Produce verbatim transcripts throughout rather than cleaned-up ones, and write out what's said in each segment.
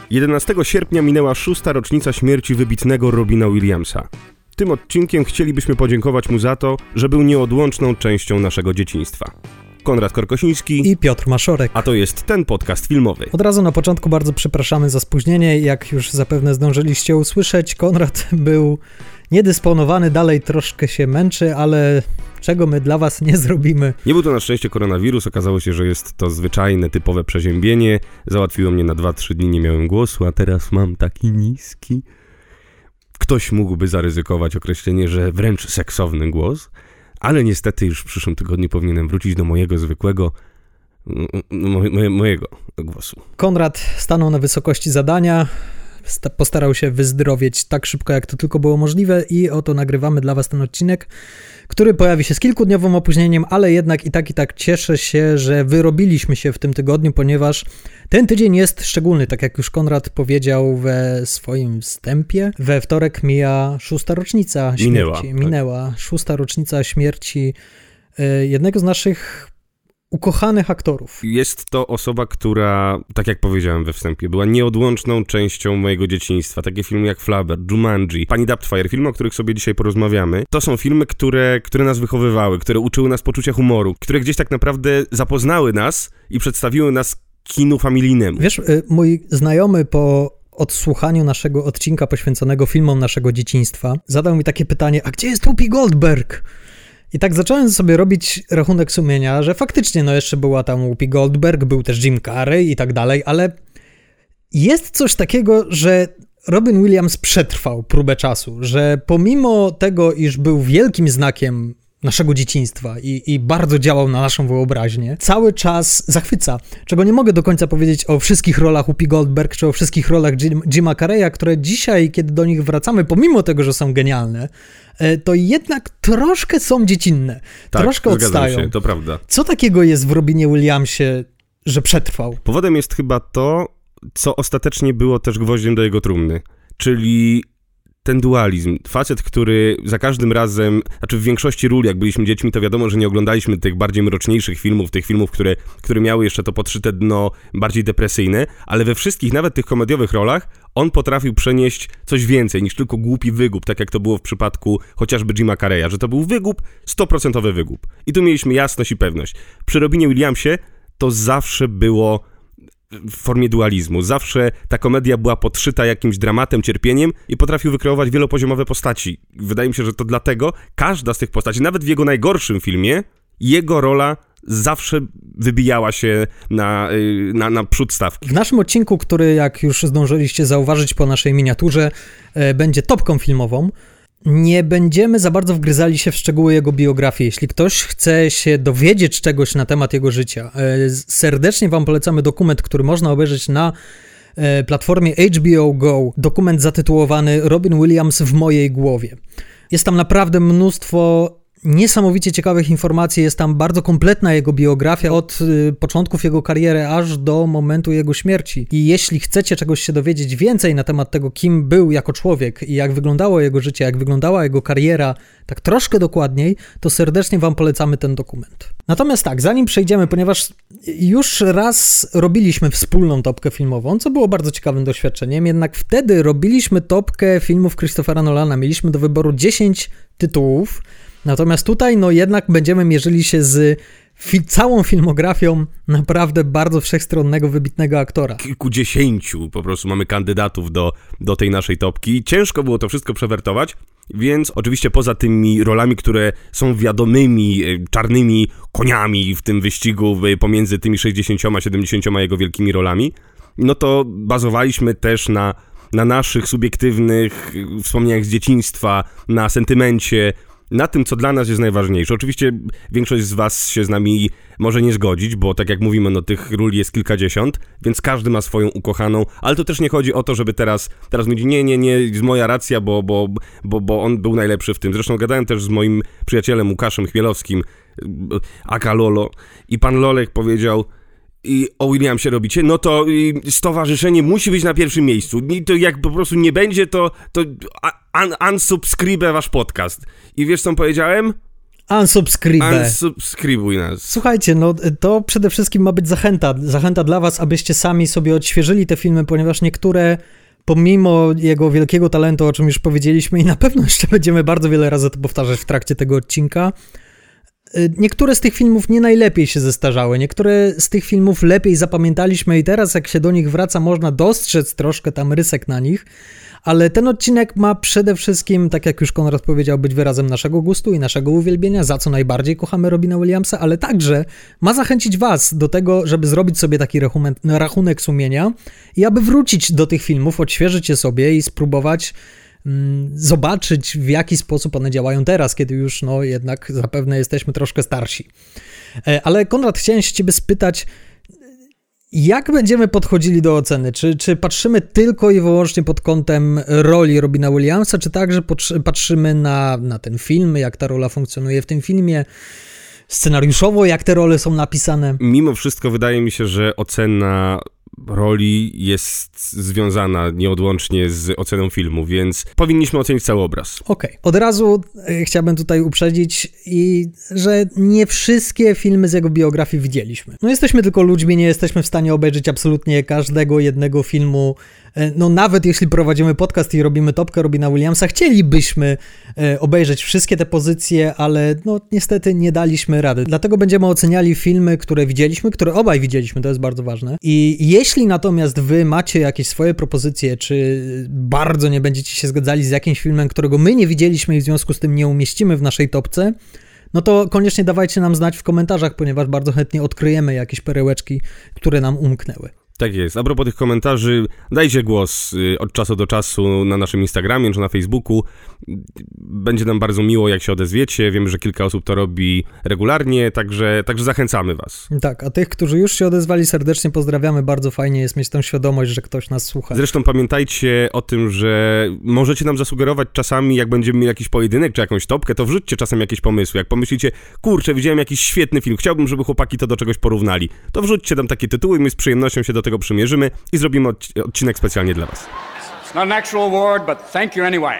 jedenastego sierpnia minęła szósta rocznica śmierci wybitnego Robina Williamsa. Tym odcinkiem chcielibyśmy podziękować mu za to, że był nieodłączną częścią naszego dzieciństwa. Konrad Korkosiński i Piotr Maszorek. A to jest ten podcast filmowy. Od razu na początku bardzo przepraszamy za spóźnienie. Jak już zapewne zdążyliście usłyszeć, Konrad był niedysponowany, dalej troszkę się męczy, ale czego my dla was nie zrobimy. Nie był to na szczęście koronawirus, okazało się, że jest to zwyczajne, typowe przeziębienie. Załatwiło mnie na dwa trzy dni, nie miałem głosu, a teraz mam taki niski. Ktoś mógłby zaryzykować określenie, że wręcz seksowny głos, ale niestety już w przyszłym tygodniu powinienem wrócić do mojego zwykłego, mo- mojego głosu. Konrad stanął na wysokości zadania, postarał się wyzdrowieć tak szybko, jak to tylko było możliwe i oto nagrywamy dla was ten odcinek, który pojawi się z kilkudniowym opóźnieniem, ale jednak i tak i tak cieszę się, że wyrobiliśmy się w tym tygodniu, ponieważ ten tydzień jest szczególny, tak jak już Konrad powiedział we swoim wstępie. We wtorek mija szósta rocznica śmierci. Minęła. Minęła tak. Szósta rocznica śmierci jednego z naszych ukochanych aktorów. Jest to osoba, która, tak jak powiedziałem we wstępie, była nieodłączną częścią mojego dzieciństwa. Takie filmy jak Flubber, Jumanji, Pani Doubtfire, filmy, o których sobie dzisiaj porozmawiamy. To są filmy, które, które nas wychowywały, które uczyły nas poczucia humoru, które gdzieś tak naprawdę zapoznały nas i przedstawiły nas kinu familijnemu. Wiesz, mój znajomy po odsłuchaniu naszego odcinka poświęconego filmom naszego dzieciństwa zadał mi takie pytanie, a gdzie jest Whoopi Goldberg? I tak zacząłem sobie robić rachunek sumienia, że faktycznie no jeszcze była tam Whoopi Goldberg, był też Jim Carrey i tak dalej, ale jest coś takiego, że Robin Williams przetrwał próbę czasu, że pomimo tego, iż był wielkim znakiem naszego dzieciństwa i, i bardzo działał na naszą wyobraźnię, cały czas zachwyca, czego nie mogę do końca powiedzieć o wszystkich rolach Whoopi Goldberg czy o wszystkich rolach Jim, Jima Carreya, które dzisiaj, kiedy do nich wracamy, pomimo tego, że są genialne, to jednak troszkę są dziecinne, tak, troszkę odstają. Się, to prawda. Co takiego jest w Robinie Williamsie, że przetrwał? Powodem jest chyba to, co ostatecznie było też gwoździem do jego trumny, czyli ten dualizm. Facet, który za każdym razem, znaczy w większości ról, jak byliśmy dziećmi, to wiadomo, że nie oglądaliśmy tych bardziej mroczniejszych filmów, tych filmów, które, które miały jeszcze to podszyte dno bardziej depresyjne, ale we wszystkich, nawet tych komediowych rolach, on potrafił przenieść coś więcej niż tylko głupi wygłup, tak jak to było w przypadku chociażby Jima Carreya, że to był wygłup, stuprocentowy wygłup. I tu mieliśmy jasność i pewność. Przy Robinie Williamsie to zawsze było w formie dualizmu. Zawsze ta komedia była podszyta jakimś dramatem, cierpieniem i potrafił wykreować wielopoziomowe postaci. Wydaje mi się, że to dlatego każda z tych postaci, nawet w jego najgorszym filmie, jego rola zawsze wybijała się na, na, na przód stawki. W naszym odcinku, który jak już zdążyliście zauważyć po naszej miniaturze, będzie topką filmową, nie będziemy za bardzo wgryzali się w szczegóły jego biografii. Jeśli ktoś chce się dowiedzieć czegoś na temat jego życia, serdecznie wam polecamy dokument, który można obejrzeć na platformie H B O Go. Dokument zatytułowany Robin Williams w mojej głowie. Jest tam naprawdę mnóstwo niesamowicie ciekawych informacji, jest tam bardzo kompletna jego biografia od y, początków jego kariery aż do momentu jego śmierci. I jeśli chcecie czegoś się dowiedzieć więcej na temat tego, kim był jako człowiek i jak wyglądało jego życie, jak wyglądała jego kariera, tak troszkę dokładniej, to serdecznie wam polecamy ten dokument. Natomiast tak, zanim przejdziemy, ponieważ już raz robiliśmy wspólną topkę filmową, co było bardzo ciekawym doświadczeniem, jednak wtedy robiliśmy topkę filmów Christophera Nolana. Mieliśmy do wyboru dziesięć tytułów, natomiast tutaj no jednak będziemy mierzyli się z fi- całą filmografią naprawdę bardzo wszechstronnego, wybitnego aktora. Kilkudziesięciu po prostu mamy kandydatów do, do tej naszej topki. Ciężko było to wszystko przewertować, więc oczywiście poza tymi rolami, które są wiadomymi czarnymi koniami w tym wyścigu pomiędzy tymi sześćdziesięcioma, siedemdziesięcioma jego wielkimi rolami, no to bazowaliśmy też na, na naszych subiektywnych wspomnieniach z dzieciństwa, na sentymencie, na tym, co dla nas jest najważniejsze. Oczywiście większość z was się z nami może nie zgodzić, bo tak jak mówimy, no tych ról jest kilkadziesiąt, więc każdy ma swoją ukochaną, ale to też nie chodzi o to, żeby teraz, teraz mówić, nie, nie, nie, jest moja racja, bo, bo, bo, bo on był najlepszy w tym. Zresztą gadałem też z moim przyjacielem Łukaszem Chmielowskim, aka Lolo, i pan Lolek powiedział, i o Williamsie robicie, no to stowarzyszenie musi być na pierwszym miejscu. I to jak po prostu nie będzie, to, to un- unsubscribe wasz podcast. I wiesz, co powiedziałem? Unsubscribe. Unsubskrybuj nas. Słuchajcie, no to przede wszystkim ma być zachęta. Zachęta dla was, abyście sami sobie odświeżyli te filmy, ponieważ niektóre, pomimo jego wielkiego talentu, o czym już powiedzieliśmy i na pewno jeszcze będziemy bardzo wiele razy to powtarzać w trakcie tego odcinka, niektóre z tych filmów nie najlepiej się zestarzały, niektóre z tych filmów lepiej zapamiętaliśmy i teraz jak się do nich wraca, można dostrzec troszkę tam rysek na nich, ale ten odcinek ma przede wszystkim, tak jak już Konrad powiedział, być wyrazem naszego gustu i naszego uwielbienia, za co najbardziej kochamy Robina Williamsa, ale także ma zachęcić was do tego, żeby zrobić sobie taki rachunek, rachunek sumienia i aby wrócić do tych filmów, odświeżyć je sobie i spróbować zobaczyć, w jaki sposób one działają teraz, kiedy już, no jednak zapewne jesteśmy troszkę starsi. Ale Konrad, chciałem się ciebie spytać, jak będziemy podchodzili do oceny? Czy, czy patrzymy tylko i wyłącznie pod kątem roli Robina Williamsa, czy także patrzymy na, na ten film, jak ta rola funkcjonuje w tym filmie, scenariuszowo, jak te role są napisane? Mimo wszystko wydaje mi się, że ocena roli jest związana nieodłącznie z oceną filmu, więc powinniśmy ocenić cały obraz. Okej. Okay. Od razu chciałbym tutaj uprzedzić, i, że nie wszystkie filmy z jego biografii widzieliśmy. No jesteśmy tylko ludźmi, nie jesteśmy w stanie obejrzeć absolutnie każdego jednego filmu. No nawet jeśli prowadzimy podcast i robimy topkę Robina Williamsa, chcielibyśmy obejrzeć wszystkie te pozycje, ale no niestety nie daliśmy rady. Dlatego będziemy oceniali filmy, które widzieliśmy, które obaj widzieliśmy, to jest bardzo ważne. I jeśli natomiast wy macie jakieś swoje propozycje, czy bardzo nie będziecie się zgadzali z jakimś filmem, którego my nie widzieliśmy i w związku z tym nie umieścimy w naszej topce, no to koniecznie dawajcie nam znać w komentarzach, ponieważ bardzo chętnie odkryjemy jakieś perełeczki, które nam umknęły. Tak jest. A propos tych komentarzy, dajcie głos od czasu do czasu na naszym Instagramie czy na Facebooku. Będzie nam bardzo miło, jak się odezwiecie. Wiemy, że kilka osób to robi regularnie, także, także zachęcamy was. Tak, a tych, którzy już się odezwali, serdecznie pozdrawiamy. Bardzo fajnie jest mieć tę świadomość, że ktoś nas słucha. Zresztą pamiętajcie o tym, że możecie nam zasugerować czasami, jak będziemy mieli jakiś pojedynek czy jakąś topkę, to wrzućcie czasem jakieś pomysły. Jak pomyślicie, kurczę, widziałem jakiś świetny film, chciałbym, żeby chłopaki to do czegoś porównali, to wrzućcie tam takie tytuły i my z przyjemnością się do tego przymierzymy i zrobimy odc- odcinek specjalnie dla was. It's not an actual award, but thank you anyway.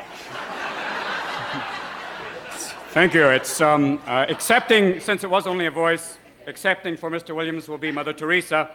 Thank you. It's um, uh, accepting, since it was only a voice, accepting for mister Williams will be Mother Teresa.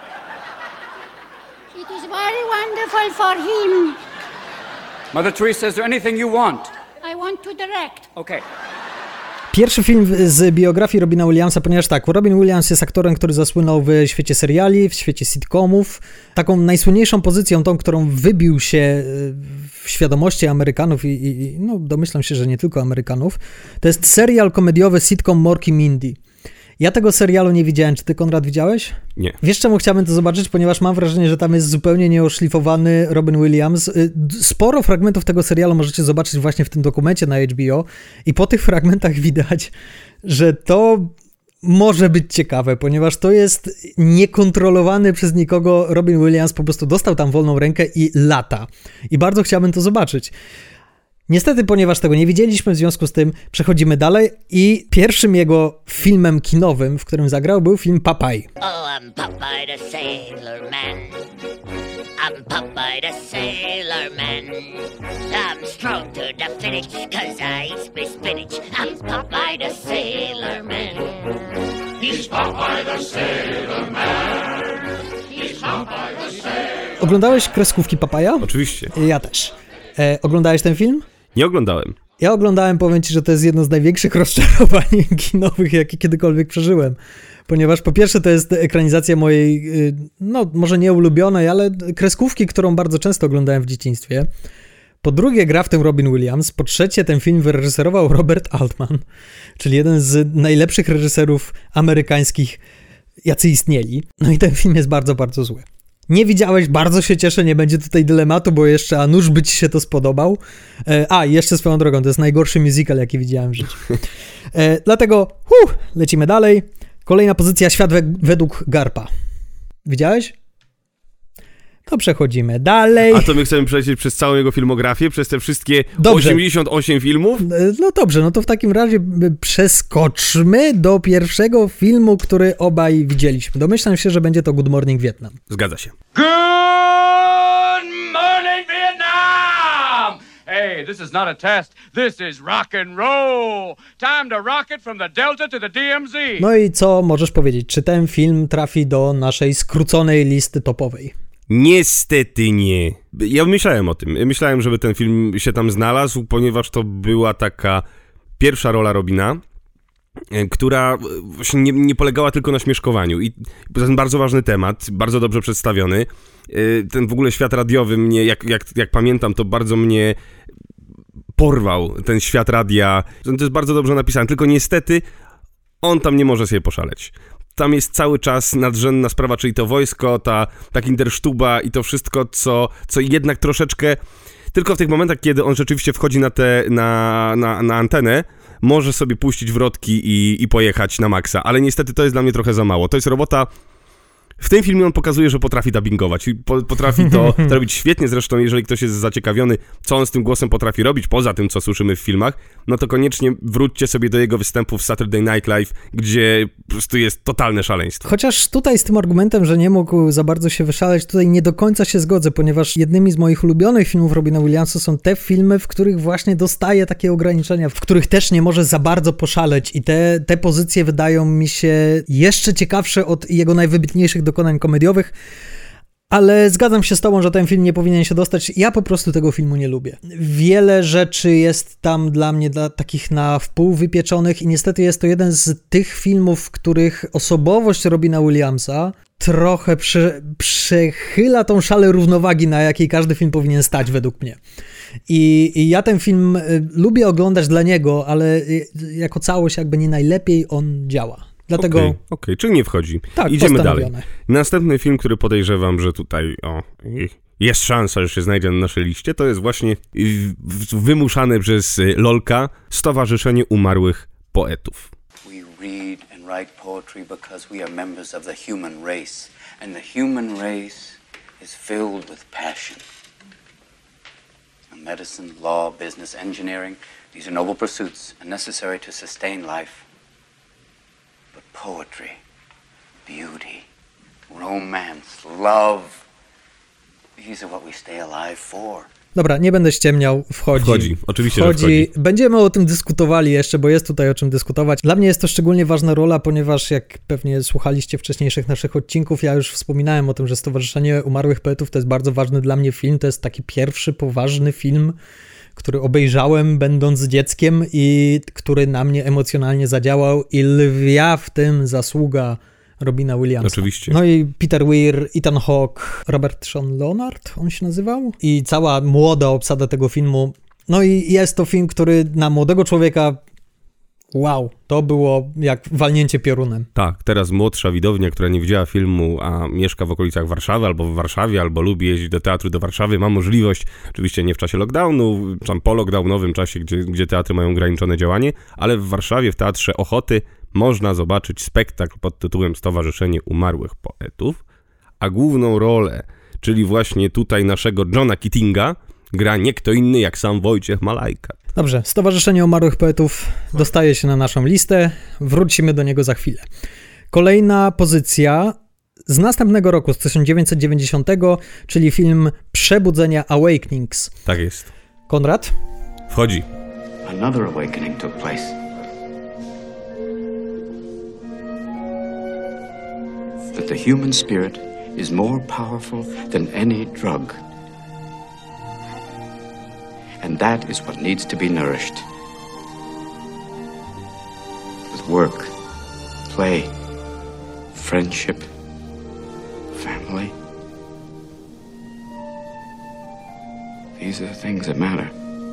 It is very wonderful for him. Mother Teresa, is there anything you want? I want to direct. Okay. Pierwszy film z biografii Robina Williamsa, ponieważ tak, Robin Williams jest aktorem, który zasłynął w świecie seriali, w świecie sitcomów. Taką najsłynniejszą pozycją, tą, którą wybił się w świadomości Amerykanów i, i no, domyślam się, że nie tylko Amerykanów, to jest serial komediowy sitcom Mork i Mindy. Ja tego serialu nie widziałem. Czy ty, Konrad, widziałeś? Nie. Wiesz, czemu chciałbym to zobaczyć? Ponieważ mam wrażenie, że tam jest zupełnie nieoszlifowany Robin Williams. Sporo fragmentów tego serialu możecie zobaczyć właśnie w tym dokumencie na H B O i po tych fragmentach widać, że to może być ciekawe, ponieważ to jest niekontrolowany przez nikogo Robin Williams, po prostu dostał tam wolną rękę i lata. I bardzo chciałbym to zobaczyć. Niestety, ponieważ tego nie widzieliśmy, w związku z tym przechodzimy dalej i pierwszym jego filmem kinowym, w którym zagrał, był film Popeye. Oh, I'm Popeye the Sailor Man. I'm Popeye the Sailor Man. I'm strong to the finish, cause I eat my spinach. I'm Popeye the Sailor Man. He's Popeye the Sailor Man. He's Popeye the Sailor Man. Oglądałeś kreskówki Popeya? Oczywiście. Ja też. E, oglądałeś ten film? Nie oglądałem. Ja oglądałem, powiem ci, że to jest jedno z największych rozczarowań kinowych, jakie kiedykolwiek przeżyłem. Ponieważ po pierwsze to jest ekranizacja mojej, no może nie ulubionej, ale kreskówki, którą bardzo często oglądałem w dzieciństwie. Po drugie gra w tym Robin Williams. Po trzecie ten film wyreżyserował Robert Altman, czyli jeden z najlepszych reżyserów amerykańskich, jacy istnieli. No i ten film jest bardzo, bardzo zły. Nie widziałeś, bardzo się cieszę, nie będzie tutaj dylematu, bo jeszcze, a nuż by ci się to spodobał. E, a, jeszcze swoją drogą, to jest najgorszy musical, jaki widziałem w życiu. E, dlatego, huh, lecimy dalej. Kolejna pozycja, Świat we, według Garpa. Widziałeś? To przechodzimy dalej. A to my chcemy przelecieć przez całą jego filmografię, przez te wszystkie dobrze. osiemdziesiąt osiem filmów? No dobrze, no to w takim razie przeskoczmy do pierwszego filmu, który obaj widzieliśmy. Domyślam się, że będzie to Good Morning Vietnam. Zgadza się. Good morning, Vietnam! Hey, Hey, this is not a test. This is rock and roll. Time to rock it from the Delta to the D M Z. No i co możesz powiedzieć? Czy ten film trafi do naszej skróconej listy topowej? Niestety nie. Ja myślałem o tym. Myślałem, żeby ten film się tam znalazł, ponieważ to była taka pierwsza rola Robina, która właśnie nie, nie polegała tylko na śmieszkowaniu. I to jest bardzo ważny temat, bardzo dobrze przedstawiony. Ten w ogóle świat radiowy mnie, jak, jak, jak pamiętam, to bardzo mnie porwał, ten świat radia. To jest bardzo dobrze napisane, tylko niestety on tam nie może sobie poszaleć. Tam jest cały czas nadrzędna sprawa, czyli to wojsko, ta, ta kindersztuba i to wszystko, co, co jednak troszeczkę, tylko w tych momentach, kiedy on rzeczywiście wchodzi na, te, na, na, na antenę, może sobie puścić wrotki i, i pojechać na maksa, ale niestety to jest dla mnie trochę za mało. To jest robota... W tym filmie on pokazuje, że potrafi dubbingować i po, potrafi to, to robić świetnie. Zresztą jeżeli ktoś jest zaciekawiony, co on z tym głosem potrafi robić, poza tym, co słyszymy w filmach, no to koniecznie wróćcie sobie do jego występów w Saturday Night Live, gdzie po prostu jest totalne szaleństwo. Chociaż tutaj z tym argumentem, że nie mógł za bardzo się wyszaleć, tutaj nie do końca się zgodzę, ponieważ jednymi z moich ulubionych filmów Robina Williamsa są te filmy, w których właśnie dostaje takie ograniczenia, w których też nie może za bardzo poszaleć i te, te pozycje wydają mi się jeszcze ciekawsze od jego najwybitniejszych dokonań komediowych, ale zgadzam się z tobą, że ten film nie powinien się dostać. Ja po prostu tego filmu nie lubię. Wiele rzeczy jest tam dla mnie dla takich na wpół wypieczonych i niestety jest to jeden z tych filmów, w których osobowość Robina Williamsa trochę prze, przechyla tą szalę równowagi, na jakiej każdy film powinien stać według mnie. I, I ja ten film lubię oglądać dla niego, ale jako całość jakby nie najlepiej on działa. Dlatego... Okej, okay, okay, czyli nie wchodzi. Tak, idziemy dalej. Następny film, który podejrzewam, że tutaj o, jest szansa, że się znajdzie na naszej liście, to jest właśnie wymuszane przez Lolka Stowarzyszenie Umarłych Poetów. We read and write poetry because we are members of the human race, and the human race is filled with passion. Medicine, law, business, engineering, these are noble pursuits and necessary to sustain life. Poetry, beauty, romance, love. These are what we stay alive for. Dobra, nie będę ściemniał, wchodzi. Wchodzi, oczywiście, wchodzi. że wchodzi. Będziemy o tym dyskutowali jeszcze, bo jest tutaj o czym dyskutować. Dla mnie jest to szczególnie ważna rola, ponieważ jak pewnie słuchaliście wcześniejszych naszych odcinków, ja już wspominałem o tym, że Stowarzyszenie Umarłych Poetów to jest bardzo ważny dla mnie film. To jest taki pierwszy poważny film, który obejrzałem będąc dzieckiem i który na mnie emocjonalnie zadziałał i lwia w tym zasługa Robina Williamsa. Oczywiście. No i Peter Weir, Ethan Hawke, Robert Sean Leonard, on się nazywał? I cała młoda obsada tego filmu. No i jest to film, który na młodego człowieka, wow, to było jak walnięcie piorunem. Tak, teraz młodsza widownia, która nie widziała filmu, a mieszka w okolicach Warszawy, albo w Warszawie, albo lubi jeździć do teatru do Warszawy, ma możliwość, oczywiście nie w czasie lockdownu, tam po lockdownowym czasie, gdzie, gdzie teatry mają ograniczone działanie, ale w Warszawie, w Teatrze Ochoty można zobaczyć spektakl pod tytułem Stowarzyszenie Umarłych Poetów, a główną rolę, czyli właśnie tutaj naszego Johna Keatinga, gra nie kto inny jak sam Wojciech Malajka. Dobrze, Stowarzyszenie Umarłych Poetów dostaje się na naszą listę, wrócimy do niego za chwilę. Kolejna pozycja z następnego roku, z tysiąc dziewięćset dziewięćdziesiątego, czyli film Przebudzenia Awakenings. Tak jest. Konrad? Wchodzi. Another awakening took place. That the human spirit is more powerful than any drug. And that is what needs to be nourished. With work, play, friendship, family. These are the things that matter.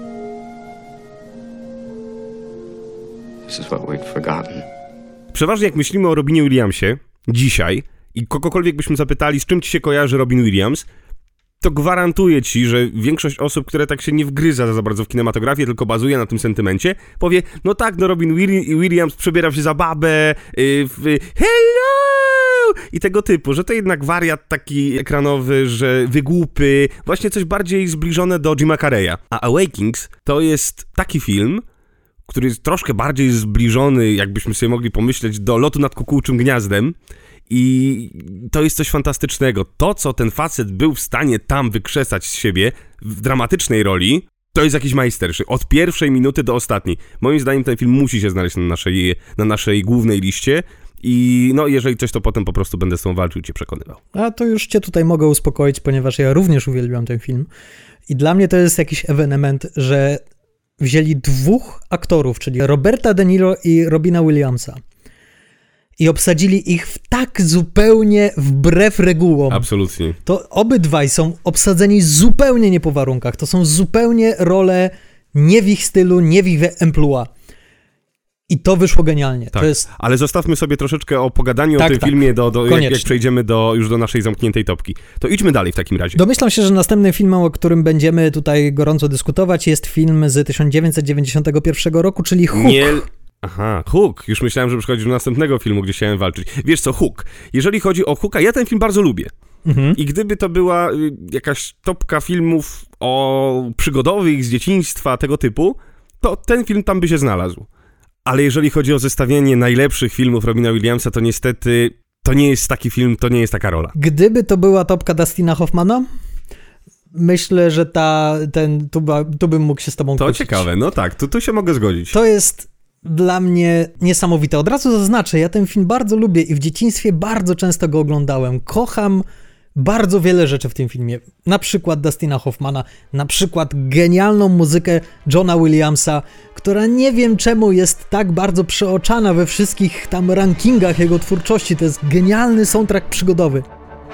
This is what we've forgotten. Przeważnie jak myślimy o Robinie Williamsie dzisiaj i kogokolwiek byśmy zapytali, z czym ci się kojarzy Robin Williams, to gwarantuję ci, że większość osób, które tak się nie wgryza za bardzo w kinematografię, tylko bazuje na tym sentymencie, powie, no tak, no Robin Williams przebiera się za babę, yy, w, hello! I tego typu, że to jednak wariat taki ekranowy, że wygłupy, właśnie coś bardziej zbliżone do Jima Carreya. A Awakenings to jest taki film, który jest troszkę bardziej zbliżony, jakbyśmy sobie mogli pomyśleć, do Lotu nad kukułczym gniazdem. I to jest coś fantastycznego. To, co ten facet był w stanie tam wykrzesać z siebie w dramatycznej roli, To jest jakiś majstersztyk. Od pierwszej minuty do ostatniej. Moim zdaniem ten film musi się znaleźć na naszej, na naszej głównej liście. I no, jeżeli coś, to potem po prostu będę z tą walczył i cię przekonywał. A to już cię tutaj mogę uspokoić, ponieważ ja również uwielbiam ten film. I dla mnie to jest jakiś ewenement, że wzięli dwóch aktorów, czyli Roberta De Niro i Robina Williamsa. I obsadzili ich w tak zupełnie wbrew regułom. Absolutnie. To obydwaj są obsadzeni zupełnie nie po warunkach. To są zupełnie role nie w ich stylu, nie w ich emploi. I to wyszło genialnie. Tak, to jest... ale zostawmy sobie troszeczkę o pogadaniu tak, o tym tak. filmie, do, do, jak, jak przejdziemy do, już do naszej zamkniętej topki. To idźmy dalej w takim razie. Domyślam się, że następnym filmem, o którym będziemy tutaj gorąco dyskutować, jest film z tysiąc dziewięćset dziewięćdziesiątego pierwszego roku, czyli Hook. Nie... Aha, Hook. Już myślałem, że przychodzi do następnego filmu, gdzie chciałem walczyć. Wiesz co, Hook. Jeżeli chodzi o Hooka, ja ten film bardzo lubię. Mhm. I gdyby to była y, jakaś topka filmów o przygodowych z dzieciństwa, tego typu, to ten film tam by się znalazł. Ale jeżeli chodzi o zestawienie najlepszych filmów Robina Williamsa, to niestety to nie jest taki film, to nie jest taka rola. Gdyby to była topka Dustina Hoffmana, myślę, że ta, ten, tu, tu bym mógł się z tobą To kłócić. ciekawe, no tak, tu, tu się mogę zgodzić. To jest dla mnie niesamowite. Od razu zaznaczę, ja ten film bardzo lubię i w dzieciństwie bardzo często go oglądałem. Kocham bardzo wiele rzeczy w tym filmie. Na przykład Dustina Hoffmana, na przykład genialną muzykę Johna Williamsa, która nie wiem czemu jest tak bardzo przeoczana we wszystkich tam rankingach jego twórczości. To jest genialny soundtrack przygodowy.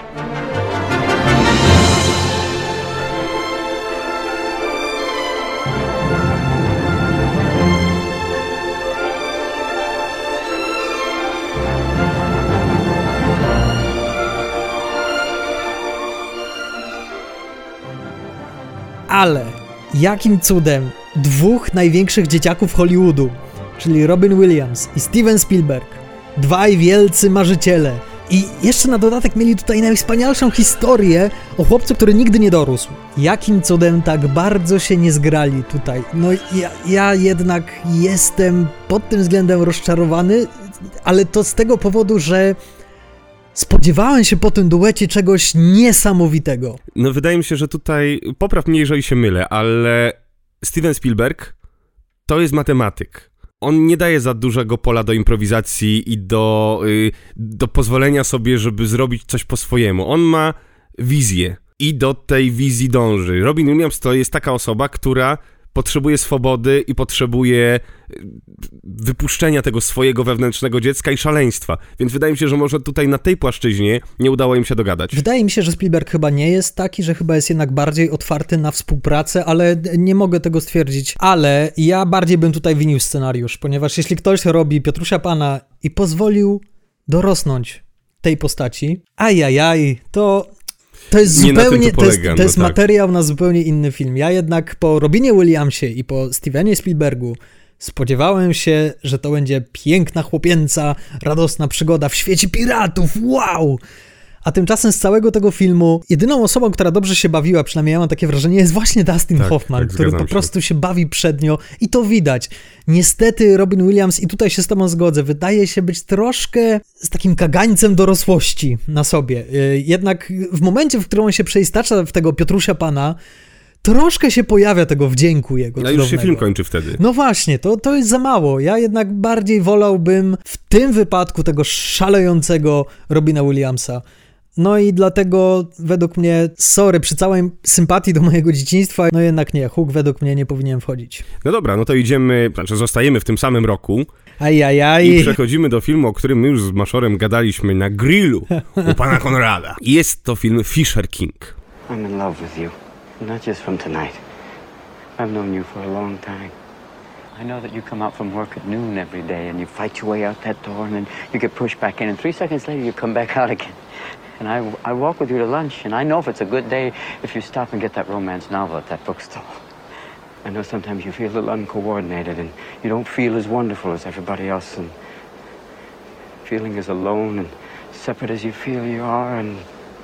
Ale jakim cudem dwóch największych dzieciaków Hollywoodu, czyli Robin Williams i Steven Spielberg, dwaj wielcy marzyciele, i jeszcze na dodatek mieli tutaj najwspanialszą historię o chłopcu, który nigdy nie dorósł. Jakim cudem tak bardzo się nie zgrali tutaj. No ja, ja jednak jestem pod tym względem rozczarowany, ale to z tego powodu, że spodziewałem się po tym duecie czegoś niesamowitego. No wydaje mi się, że tutaj, popraw mnie, jeżeli się mylę, ale Steven Spielberg to jest matematyk. On nie daje za dużego pola do improwizacji i do, y, do pozwolenia sobie, żeby zrobić coś po swojemu. On ma wizję i do tej wizji dąży. Robin Williams to jest taka osoba, która potrzebuje swobody i potrzebuje wypuszczenia tego swojego wewnętrznego dziecka i szaleństwa. Więc wydaje mi się, że może tutaj na tej płaszczyźnie nie udało im się dogadać. Wydaje mi się, że Spielberg chyba nie jest taki, że chyba jest jednak bardziej otwarty na współpracę, ale nie mogę tego stwierdzić. Ale ja bardziej bym tutaj winił scenariusz, ponieważ jeśli ktoś robi Piotrusia Pana i pozwolił dorosnąć tej postaci, ajajaj, to... To jest nie zupełnie, tym to, polega, to jest, to jest no tak. materiał na zupełnie inny film. Ja jednak po Robinie Williamsie i po Stevenie Spielbergu spodziewałem się, że to będzie piękna, chłopięca, radosna przygoda w świecie piratów. Wow! A tymczasem z całego tego filmu jedyną osobą, która dobrze się bawiła, przynajmniej ja mam takie wrażenie, jest właśnie Dustin tak, Hoffman, tak, który po się. prostu się bawi przednio i to widać. Niestety Robin Williams, i tutaj się z tobą zgodzę, wydaje się być troszkę z takim kagańcem dorosłości na sobie. Jednak w momencie, w którym on się przeistacza w tego Piotrusia Pana, troszkę się pojawia tego wdzięku jego. No już się film kończy wtedy. No właśnie, to, to jest za mało. Ja jednak bardziej wolałbym w tym wypadku tego szalejącego Robina Williamsa. No i dlatego według mnie, sorry, przy całej sympatii do mojego dzieciństwa, no jednak nie, Hook według mnie nie powinien wchodzić. No dobra, no to idziemy, znaczy zostajemy w tym samym roku. Ajajaj. I przechodzimy do filmu, o którym my już z Maszorem gadaliśmy na grillu u pana Konrada. Jest to film Fisher King. I'm in love with you, not just from tonight. I've known you for a long time. I know that you come out from work at noon every day and you fight your way out that door and then you get pushed back in and three seconds later you come back out again. And I, I walk with you to lunch and I know if it's a good day if you stop and get that romance novel at that bookstore. I know sometimes you feel a little uncoordinated and you don't feel as wonderful as everybody else and feeling as alone and separate as you feel you are, and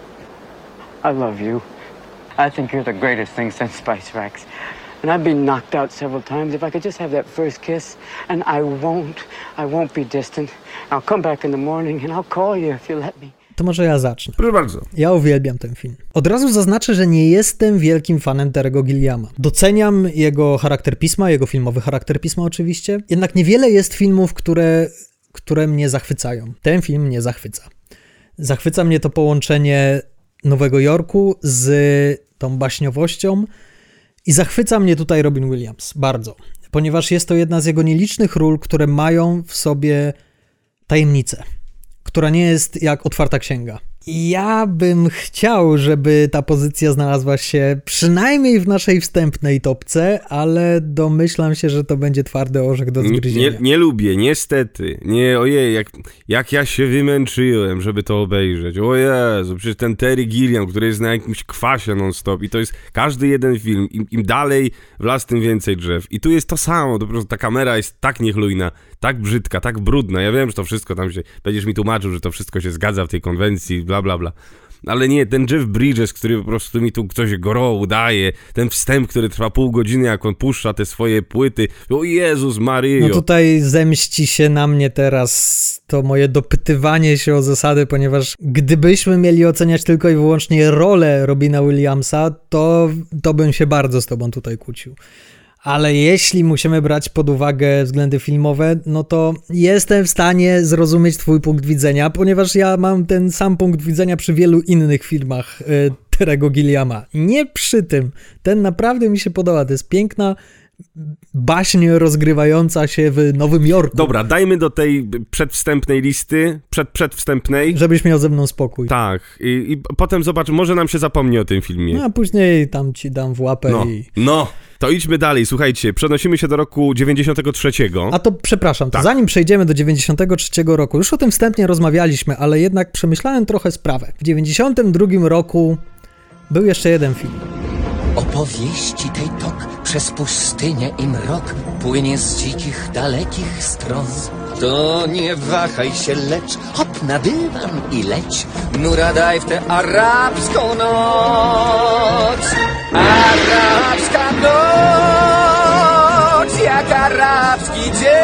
I love you. I think you're the greatest thing since Spice Racks. And I've been knocked out several times. If I could just have that first kiss, and I won't, I won't be distant. I'll come back in the morning and I'll call you if you let me. To może ja zacznę. Proszę bardzo. Ja uwielbiam ten film. Od razu zaznaczę, że nie jestem wielkim fanem Terry'ego Gilliama. Doceniam jego charakter pisma, jego filmowy charakter pisma oczywiście, jednak niewiele jest filmów, które, które mnie zachwycają. Ten film mnie zachwyca. Zachwyca mnie to połączenie Nowego Jorku z tą baśniowością i zachwyca mnie tutaj Robin Williams bardzo, ponieważ jest to jedna z jego nielicznych ról, które mają w sobie tajemnicę, która nie jest jak otwarta księga. Ja bym chciał, żeby ta pozycja znalazła się przynajmniej w naszej wstępnej topce, ale domyślam się, że to będzie twardy orzech do zgryzienia. Nie, nie lubię, niestety. Nie, ojej, jak, jak ja się wymęczyłem, żeby to obejrzeć. O Jezu, przecież ten Terry Gilliam, który jest na jakimś kwasie non-stop i to jest każdy jeden film. Im, im dalej w las, tym więcej drzew. I tu jest to samo, to po prostu ta kamera jest tak niechlujna, tak brzydka, tak brudna. Ja wiem, że to wszystko tam się, będziesz mi tłumaczył, że to wszystko się zgadza w tej konwencji, bla, bla, bla. Ale nie, ten Jeff Bridges, który po prostu mi tu coś gro udaje, ten wstęp, który trwa pół godziny, jak on puszcza te swoje płyty. O Jezus Maryjo. No tutaj zemści się na mnie teraz to moje dopytywanie się o zasady, ponieważ gdybyśmy mieli oceniać tylko i wyłącznie rolę Robina Williamsa, to, to bym się bardzo z tobą tutaj kłócił. Ale jeśli musimy brać pod uwagę względy filmowe, no to jestem w stanie zrozumieć twój punkt widzenia, ponieważ ja mam ten sam punkt widzenia przy wielu innych filmach y, Terry'ego Gilliama. Nie przy tym. Ten naprawdę mi się podoba. To jest piękna baśń rozgrywająca się w Nowym Jorku. Dobra, dajmy do tej przedwstępnej listy, przed, przedwstępnej. Żebyś miał ze mną spokój. Tak. I, i potem zobacz, może nam się zapomni o tym filmie. No, a później tam ci dam w łapę no. i... No, to idźmy dalej. Słuchajcie, przenosimy się do roku dziewięćdziesiątego trzeciego. A to przepraszam, to tak. Zanim przejdziemy do dziewięćdziesiątego trzeciego roku, już o tym wstępnie rozmawialiśmy, ale jednak przemyślałem trochę sprawę. W dziewięćdziesiątym drugim roku był jeszcze jeden film. Opowieści tej tok przez pustynię i mrok płynie z dzikich, dalekich stron. To nie wahaj się, lecz hop na dywan i leć. Nura daj w tę arabską noc. Arabska noc, jak arabski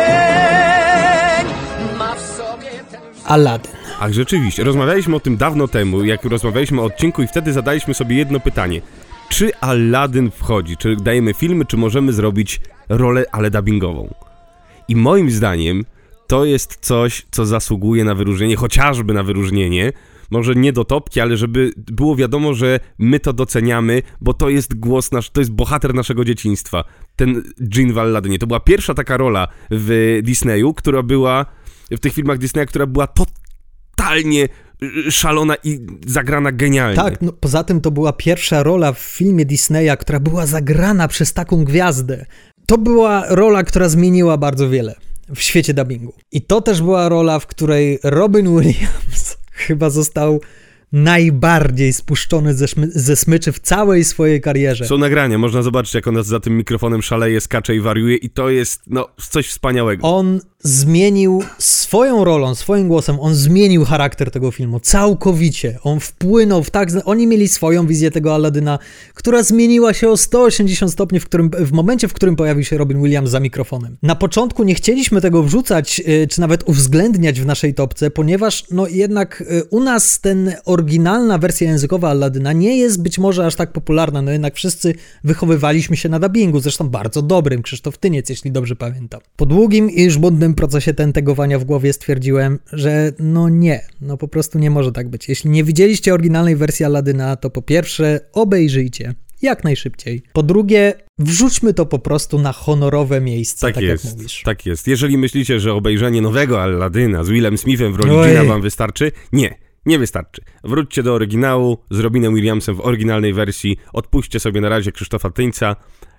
dzień, ma w sobie ten... Aladdin. Ach, rzeczywiście, rozmawialiśmy o tym dawno temu, jak rozmawialiśmy o odcinku i wtedy zadaliśmy sobie jedno pytanie. Czy Aladdin wchodzi? Czy dajemy filmy, czy możemy zrobić rolę, ale dubbingową? I moim zdaniem to jest coś, co zasługuje na wyróżnienie, chociażby na wyróżnienie, może nie do topki, ale żeby było wiadomo, że my to doceniamy, bo to jest głos nasz, to jest bohater naszego dzieciństwa. Ten dżin w Alladdinie. To była pierwsza taka rola w Disneyu, która była, w tych filmach Disneya, która była totalnie szalona i zagrana genialnie. Tak, no poza tym to była pierwsza rola w filmie Disneya, która była zagrana przez taką gwiazdę. To była rola, która zmieniła bardzo wiele w świecie dubbingu. I to też była rola, w której Robin Williams chyba został najbardziej spuszczony ze, szmy- ze smyczy w całej swojej karierze. Są nagrania, można zobaczyć, jak on za tym mikrofonem szaleje, skacze i wariuje i to jest, no, coś wspaniałego. On zmienił swoją rolą, swoim głosem, on zmienił charakter tego filmu całkowicie. On wpłynął w tak... Oni mieli swoją wizję tego Aladyna, która zmieniła się o sto osiemdziesiąt stopni w, którym, w momencie, w którym pojawił się Robin Williams za mikrofonem. Na początku nie chcieliśmy tego wrzucać, czy nawet uwzględniać w naszej topce, ponieważ no jednak u nas ten oryginalna wersja językowa Aladyna nie jest być może aż tak popularna, no jednak wszyscy wychowywaliśmy się na dubbingu, zresztą bardzo dobrym, Krzysztof Tyniec, jeśli dobrze pamiętam. Po długim i żmudnym procesie tentegowania w głowie stwierdziłem, że no nie, no po prostu nie może tak być. Jeśli nie widzieliście oryginalnej wersji Aladyna, to po pierwsze obejrzyjcie jak najszybciej. Po drugie, wrzućmy to po prostu na honorowe miejsce, tak, tak jest, jak mówisz. Tak jest. Jeżeli myślicie, że obejrzenie nowego Aladyna z Willem Smithem w roli Gina wam wystarczy, nie. Nie wystarczy. Wróćcie do oryginału z Robinem Williamsem w oryginalnej wersji, odpuśćcie sobie na razie Krzysztofa Tyńca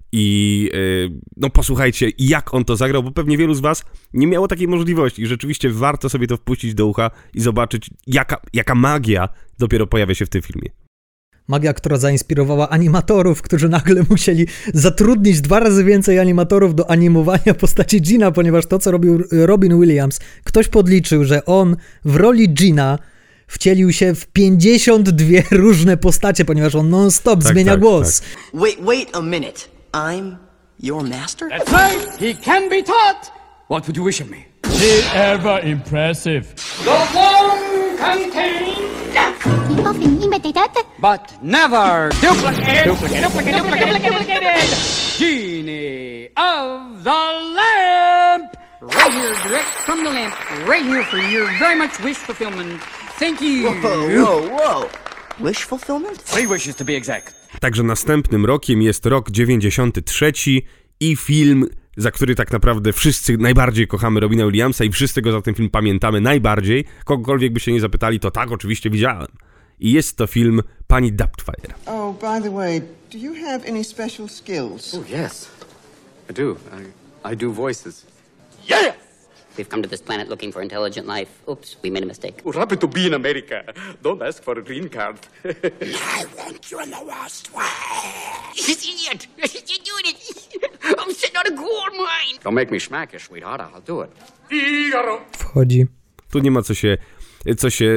i yy, no posłuchajcie, jak on to zagrał, bo pewnie wielu z was nie miało takiej możliwości i rzeczywiście warto sobie to wpuścić do ucha i zobaczyć, jaka, jaka magia dopiero pojawia się w tym filmie. Magia, która zainspirowała animatorów, którzy nagle musieli zatrudnić dwa razy więcej animatorów do animowania postaci Gina, ponieważ to, co robił Robin Williams, ktoś podliczył, że on w roli Gina wcielił się w pięćdziesiąt dwie różne postacie, ponieważ on non-stop tak, zmienia tak, głos. Tak. Wait, wait a minute. I'm your master? That's right. He can be taught. What would you wish of me? The ever impressive. The one He often imitated. But never duplicate, duplicate, duplicate, duplicate, duplicated. Genie of the lamp. Right here, direct from the lamp. Right here for your very much wish fulfillment. Thank you. Whoa, whoa, whoa. Wish fulfillment? Three wishes to be exact. Także następnym rokiem jest rok dziewięćdziesiąty trzeci i film, za który tak naprawdę wszyscy najbardziej kochamy Robina Williamsa i wszyscy go za ten film pamiętamy najbardziej. Kogokolwiek by się nie zapytali, to tak, oczywiście widziałem. I jest to film Pani Doubtfire. Oh, by the way, do you have any special skills? Oh, yes. I do. I, I do voices. Yeah! We've come to this planet looking for intelligent life. Oops, we made a mistake. We're happy to be in America. Don't ask for a green card. I want you in the worst way. You idiot! You're doing it! I'm sitting on a gold mine! Don't make me smack you, sweetheart. I'll do it. Figaro! Wchodzi. Tu nie ma co się... co się...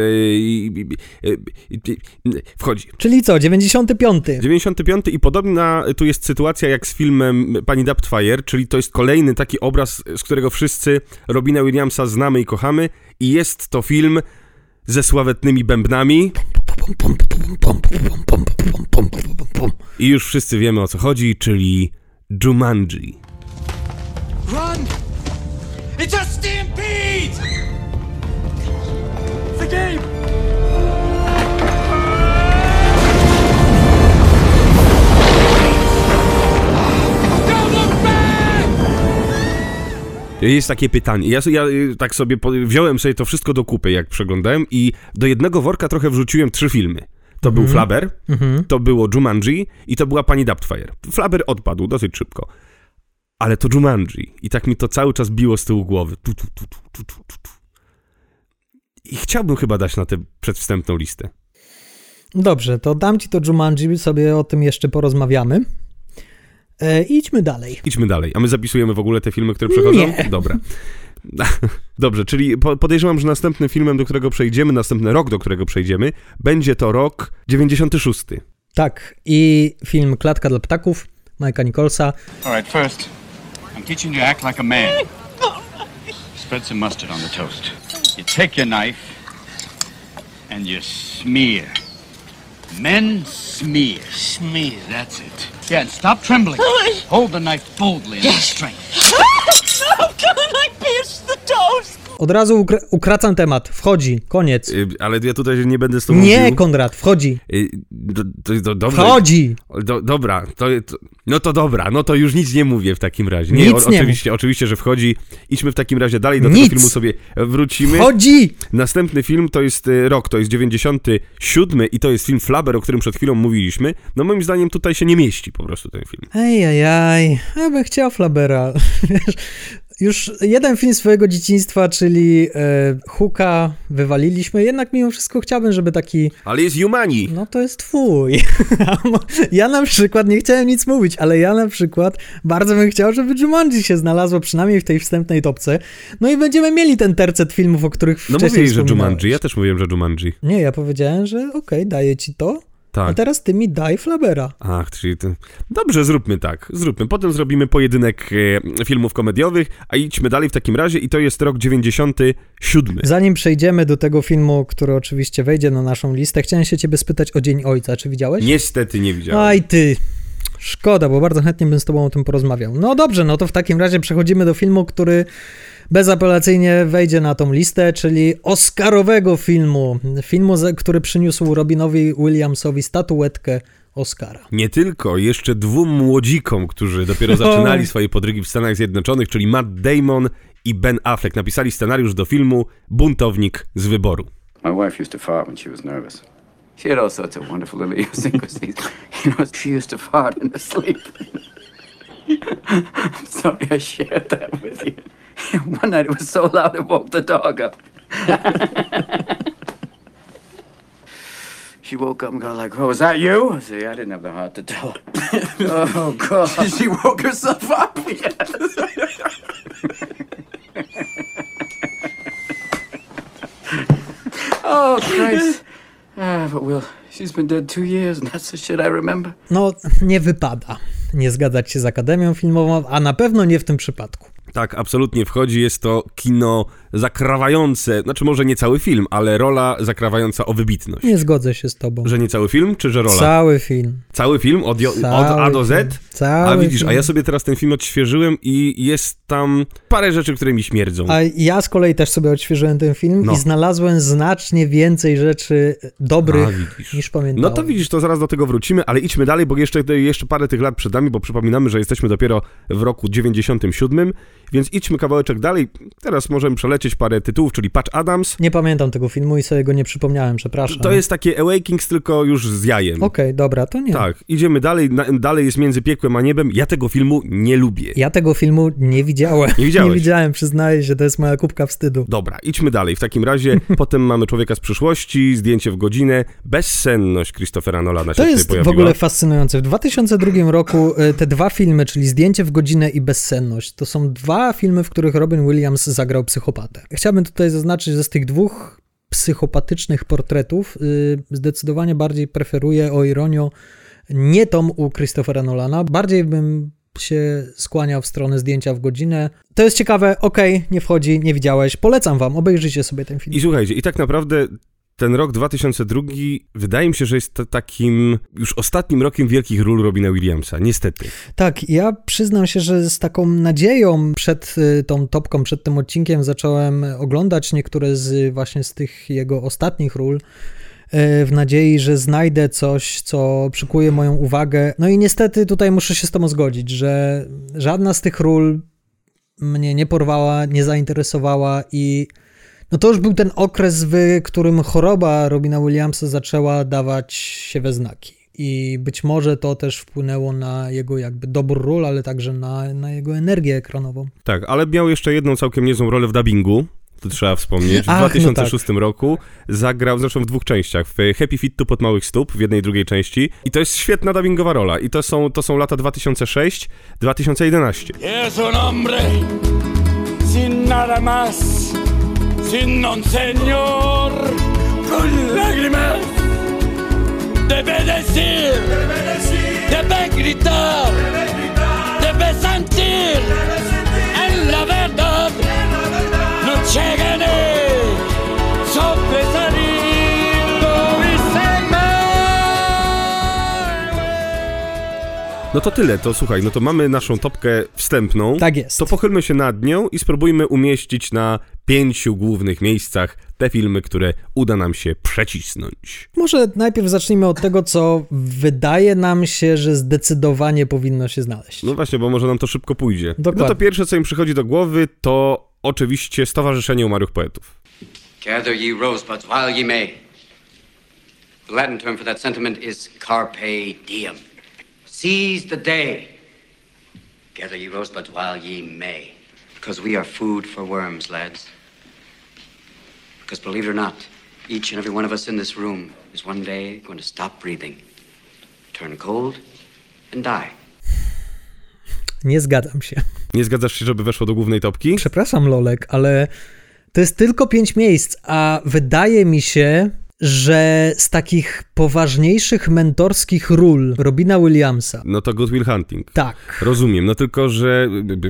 wchodzi. Czyli co, dziewięćdziesiąty piąty. dziewięćdziesiąty piąty i podobna tu jest sytuacja jak z filmem Pani Doubtfire, czyli to jest kolejny taki obraz, z którego wszyscy Robina Williamsa znamy i kochamy i jest to film ze sławetnymi bębnami i już wszyscy wiemy, o co chodzi, czyli Jumanji. Run! It's a stampede! The game! Jest takie pytanie. Ja, ja tak sobie po, wziąłem sobie to wszystko do kupy, jak przeglądałem i do jednego worka trochę wrzuciłem trzy filmy. To mm-hmm. był Flubber, mm-hmm. to było Jumanji i to była Pani Doubtfire. Flubber odpadł dosyć szybko. Ale to Jumanji. I tak mi to cały czas biło z tyłu głowy. Tu, tu, tu, tu, tu, tu, tu. I chciałbym chyba dać na tę przedwstępną listę. Dobrze, to dam ci to Jumanji, sobie o tym jeszcze porozmawiamy. E, idźmy dalej. Idźmy dalej. A my zapisujemy w ogóle te filmy, które przechodzą? Nie. Dobra. Dobrze, czyli podejrzewam, że następnym filmem, do którego przejdziemy, następny rok, do którego przejdziemy, będzie to rok dziewięćdziesiąty szósty. Tak, i film Klatka dla ptaków Mike'a Nicholsa. All right, first, I'm teaching you to act like a man. Spread some mustard on the toast. You take your knife and you smear. Men smear. Smear, that's it. Yeah, and stop trembling. Hold the knife boldly and with strength. How can I pierce the toast? Od razu ukra- ukracam temat. Wchodzi. Koniec. Yy, ale ja tutaj nie będę z tobą Nie, mówił. Konrad, wchodzi. Yy, do, do, do, dobrze. Wchodzi! Do, dobra, to, to, no to dobra, no to już nic nie mówię w takim razie. Nie, nic o, nie oczywiście, mów. oczywiście, że wchodzi. Idźmy w takim razie dalej, do nic. tego filmu sobie wrócimy. Wchodzi! Następny film to jest rok, to jest dziewięćdziesiąty siódmy i to jest film Flubber, o którym przed chwilą mówiliśmy. No moim zdaniem tutaj się nie mieści po prostu ten film. Ej, ej, ej. Ja bym chciał Flubbera. Wiesz, już jeden film swojego dzieciństwa, czyli e, Hooka wywaliliśmy, jednak mimo wszystko chciałbym, żeby taki... Ale jest Jumanji. No to jest twój. Ja na przykład, nie chciałem nic mówić, ale ja na przykład bardzo bym chciał, żeby Jumanji się znalazło przynajmniej w tej wstępnej topce. No i będziemy mieli ten tercet filmów, o których no wcześniej mówiłeś, że wspominałeś. Jumanji, ja też mówiłem, że Jumanji. Nie, ja powiedziałem, że okej, okay, daję ci to. Tak. A teraz ty mi daj Flubbera. Ach, czyli to... Dobrze, zróbmy tak, zróbmy. Potem zrobimy pojedynek e, filmów komediowych, a idźmy dalej w takim razie i to jest rok dziewięćdziesiąty siódmy. Zanim przejdziemy do tego filmu, który oczywiście wejdzie na naszą listę, chciałem się ciebie spytać o Dzień Ojca. Czy widziałeś? Niestety nie widziałem. Aj ty, szkoda, bo bardzo chętnie bym z tobą o tym porozmawiał. No dobrze, no to w takim razie przechodzimy do filmu, który bezapelacyjnie wejdzie na tą listę, czyli oscarowego filmu. Filmu, który przyniósł Robinowi Williamsowi statuetkę Oscara. Nie tylko, jeszcze dwóm młodzikom, którzy dopiero zaczynali swoje podrygi w Stanach Zjednoczonych, czyli Matt Damon i Ben Affleck, napisali scenariusz do filmu Buntownik z wyboru. My wife used to fart when she was nervous. She had all sorts of wonderful little idiosyncrasies. You know, she used to fart in her sleep. I'm sorry I shared that with you. One night it was so loud it woke the dog up. She woke up and got like, oh, was that you? I said, yeah, I didn't have the heart to tell her. Oh, God. She woke herself up. Oh, Christ. Ah, but Will, she's been dead two years and that's the shit I remember. No, nie wypada nie zgadzać się z Akademią Filmową, a na pewno nie w tym przypadku. Tak, absolutnie wchodzi, jest to kino zakrawające, znaczy może nie cały film, ale rola zakrawająca o wybitność. Nie zgodzę się z tobą. Że nie cały film, czy że rola? Cały film. Cały film? Od, Cały od A do Z? film. Cały a widzisz, film. a ja sobie teraz ten film odświeżyłem i jest tam parę rzeczy, które mi śmierdzą. A ja z kolei też sobie odświeżyłem ten film No. i znalazłem znacznie więcej rzeczy dobrych a, niż pamiętałem. No to widzisz, to zaraz do tego wrócimy, ale idźmy dalej, bo jeszcze, jeszcze parę tych lat przed nami, bo przypominamy, że jesteśmy dopiero w roku dziewięćdziesiątym siódmym, więc idźmy kawałeczek dalej. Teraz możemy przelecieć parę tytułów, czyli Patch Adams. Nie pamiętam tego filmu i sobie go nie przypomniałem, przepraszam. To jest takie Awakings, tylko już z jajem. Okej, okay, dobra, to nie. Tak, idziemy dalej, na, dalej jest Między piekłem a niebem. Ja tego filmu nie lubię. Ja tego filmu nie widziałem. Nie widziałeś? Nie widziałem, przyznaję się, to jest moja kubka wstydu. Dobra, idźmy dalej. W takim razie potem mamy Człowieka z przyszłości, Zdjęcie w godzinę, Bezsenność Christophera Nolana się To jest tutaj w ogóle fascynujące. W dwa tysiące drugim roku te dwa filmy, czyli Zdjęcie w godzinę i Bezsenność, to są dwa filmy, w których Robin Williams zagrał psychopatę. Chciałbym tutaj zaznaczyć, że z tych dwóch psychopatycznych portretów yy, zdecydowanie bardziej preferuję, o ironio, nie tom u Christophera Nolana. Bardziej bym się skłaniał w stronę Zdjęcia w godzinę. To jest ciekawe, okej, okay, nie wchodzi, nie widziałeś. Polecam wam, obejrzyjcie sobie ten film. I słuchajcie, i tak naprawdę ten rok dwa tysiące drugi wydaje mi się, że jest takim już ostatnim rokiem wielkich ról Robina Williamsa, niestety. Tak, ja przyznam się, że z taką nadzieją przed tą topką, przed tym odcinkiem zacząłem oglądać niektóre z właśnie z tych jego ostatnich ról, w nadziei, że znajdę coś, co przykuje moją uwagę. No i niestety tutaj muszę się z tobą zgodzić, że żadna z tych ról mnie nie porwała, nie zainteresowała i no to już był ten okres, w którym choroba Robina Williamsa zaczęła dawać się we znaki. I być może to też wpłynęło na jego jakby dobór ról, ale także na, na jego energię ekranową. Tak, ale miał jeszcze jedną całkiem niezłą rolę w dubbingu. To trzeba wspomnieć. W Ach, dwa tysiące szóstym no tak. roku zagrał, zresztą w dwóch częściach, w Happy Feet tu pod małych stóp, w jednej i drugiej części. I to jest świetna dubbingowa rola. I to są, to są lata dwa tysiące szósty do dwa tysiące jedenastego. Es un hombre sin nada más, sin un señor, con lágrimas. Debe decir, debe gritar, debe sentir, en la verdad. Llegaré, sobresalir, No to tyle, to słuchaj, no to mamy naszą topkę wstępną. Tak jest. To pochylmy się nad nią i spróbujmy umieścić na pięciu głównych miejscach te filmy, które uda nam się przecisnąć. Może najpierw zacznijmy od tego, co wydaje nam się, że zdecydowanie powinno się znaleźć. No właśnie, bo może nam to szybko pójdzie. Dokładnie. No to pierwsze, co mi przychodzi do głowy, to oczywiście Stowarzyszenie Umarłych Poetów. Gather ye rosebuds while ye may. The Latin term for that sentiment is carpe diem. Seize the day. Gather ye rosebuds while ye may. Because we are food for worms, lads. Because believe it or not, each and every one of us in this room is one day going to stop breathing, turn cold and die. Nie zgadzam się. Nie zgadzasz się, żeby weszło do głównej topki? Przepraszam, Lolek, ale to jest tylko pięć miejsc, a wydaje mi się, że z takich poważniejszych mentorskich ról Robina Williamsa... No to Good Will Hunting. Tak. Rozumiem, no tylko, że...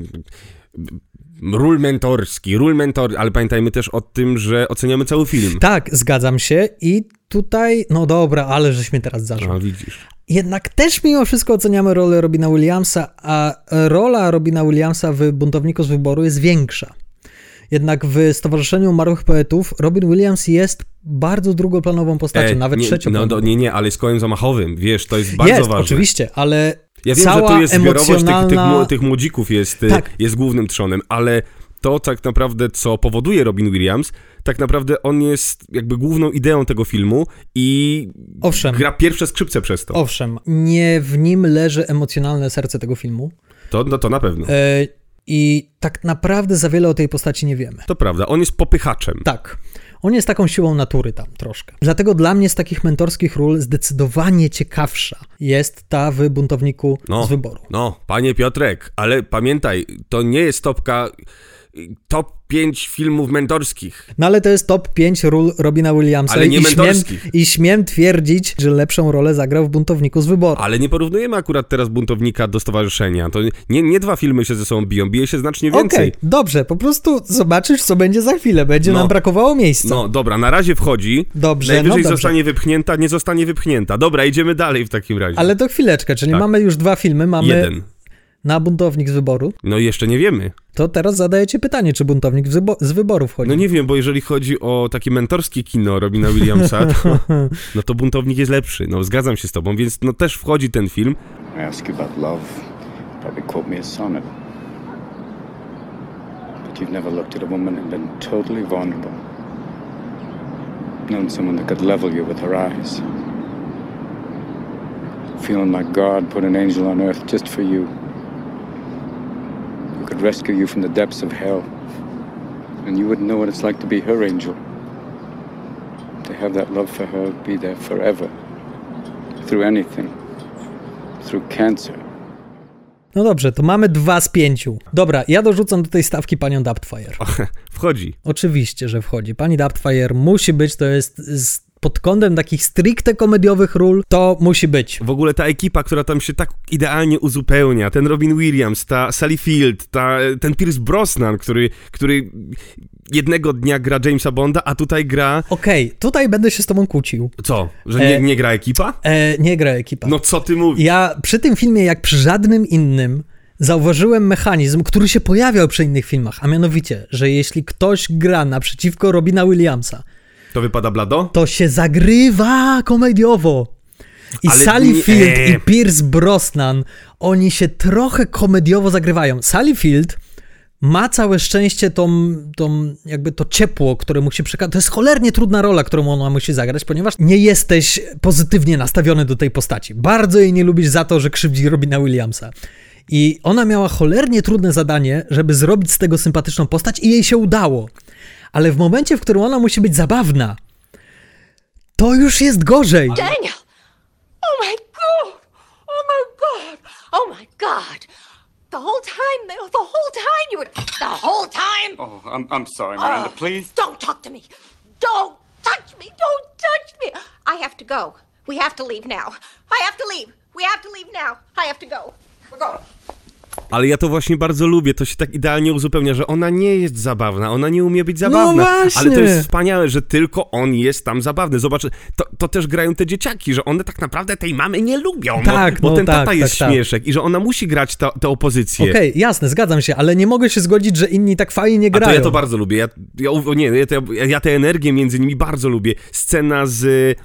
Ról mentorski, ról mentor, ale pamiętajmy też o tym, że oceniamy cały film. Tak, zgadzam się i tutaj, no dobra, ale żeś mnie teraz zaczął. No widzisz. Jednak też mimo wszystko oceniamy rolę Robina Williamsa, a rola Robina Williamsa w Buntowniku z wyboru jest większa. Jednak w Stowarzyszeniu Umarłych Poetów Robin Williams jest bardzo drugoplanową postacią, e, nawet nie, trzecioplanową. No nie, nie, ale z kołem zamachowym, wiesz, to jest bardzo jest, ważne. oczywiście, ale ja wiem, cała że tu jest zbiorowość emocjonalna... tych, tych, tych młodzików jest, tak. jest głównym trzonem, ale to tak naprawdę, co powoduje Robin Williams, tak naprawdę on jest jakby główną ideą tego filmu i Owszem. gra pierwsze skrzypce przez to. Owszem, nie w nim leży emocjonalne serce tego filmu. To, no to na pewno. E, I tak naprawdę za wiele o tej postaci nie wiemy. To prawda, on jest popychaczem. Tak. On jest taką siłą natury tam troszkę. Dlatego dla mnie z takich mentorskich ról zdecydowanie ciekawsza jest ta w Buntowniku no, z wyboru. No, panie Piotrek, ale pamiętaj, to nie jest topka top pięć filmów mentorskich. No ale to jest top pięć ról Robina Williamsa. Ale nie i mentorskich. Śmiem, I śmiem twierdzić, że lepszą rolę zagrał w Buntowniku z wyboru. Ale nie porównujemy akurat teraz Buntownika do Stowarzyszenia. To nie, nie dwa filmy się ze sobą biją, bije się znacznie więcej. Okej, okay, dobrze, po prostu zobaczysz, co będzie za chwilę. Będzie no, nam brakowało miejsca. No dobra, na razie wchodzi. Dobrze, Najwyżej no dobrze. zostanie wypchnięta, nie zostanie wypchnięta. Dobra, idziemy dalej w takim razie. Ale to chwileczkę, czyli tak. mamy już dwa filmy, mamy... Jeden. Na Buntownik z wyboru? No i jeszcze nie wiemy. To teraz zadajecie pytanie, czy Buntownik z, wybo- z wyboru wchodzi? No nie wiem, bo jeżeli chodzi o takie mentorskie kino Robina Williamsa, to, no to Buntownik jest lepszy. No zgadzam się z tobą, więc no też wchodzi ten film. I ask you about love, probably quote me a sonnet. But you've never looked at a woman and been totally vulnerable. Known someone that could level you with her eyes. Feeling like God put an angel on earth just for you. Who could rescue you from the depths of hell. And you wouldn't know what it's like to be her angel. To have that love for her be there forever. Through anything. Through cancer. No dobrze, to mamy dwa z pięciu. Dobra, ja dorzucam do tej stawki panią Doubtfire. Wchodzi. Oczywiście, że wchodzi. Pani Doubtfire musi być, to jest... Z... pod kątem takich stricte komediowych ról, to musi być. W ogóle ta ekipa, która tam się tak idealnie uzupełnia, ten Robin Williams, ta Sally Field, ta, ten Pierce Brosnan, który, który jednego dnia gra Jamesa Bonda, a tutaj gra... Okej, okay, tutaj będę się z tobą kłócił. Co? Że nie, nie gra ekipa? E, nie gra ekipa. No co ty mówisz? Ja przy tym filmie, jak przy żadnym innym, zauważyłem mechanizm, który się pojawiał przy innych filmach, a mianowicie, że jeśli ktoś gra naprzeciwko Robina Williamsa, to wypada blado? To się zagrywa komediowo. I ale Sally nie, Field ee. i Pierce Brosnan, oni się trochę komediowo zagrywają. Sally Field ma całe szczęście tą, tą jakby to ciepło, które musi przekazać. To jest cholernie trudna rola, którą ona musi zagrać, ponieważ nie jesteś pozytywnie nastawiony do tej postaci. Bardzo jej nie lubisz za to, że krzywdzi Robina Williamsa. I ona miała cholernie trudne zadanie, żeby zrobić z tego sympatyczną postać i jej się udało. Ale w momencie, w którym ona musi być zabawna, to już jest gorzej. Daniel! Oh my God! Oh my God! Oh my God! The whole time, the, the whole time you were... The whole time! Oh, I'm, I'm sorry, Miranda, uh, please. Don't talk to me! Don't touch me! Don't touch me! I have to go. We have to leave now. I have to leave. We have to leave now. I have to go. We're going. Ale ja to właśnie bardzo lubię, to się tak idealnie uzupełnia, że ona nie jest zabawna, ona nie umie być zabawna, no ale to jest wspaniałe, że tylko on jest tam zabawny. Zobacz, to, to też grają te dzieciaki, że one tak naprawdę tej mamy nie lubią, tak, bo, bo no ten tak, tata jest tak, śmieszek tak. I że ona musi grać tę opozycję. Okej, okay, jasne, zgadzam się, ale nie mogę się zgodzić, że inni tak fajnie grają. A to ja to bardzo lubię, ja, ja, nie, ja, ja, ja tę energię między nimi bardzo lubię. Scena z...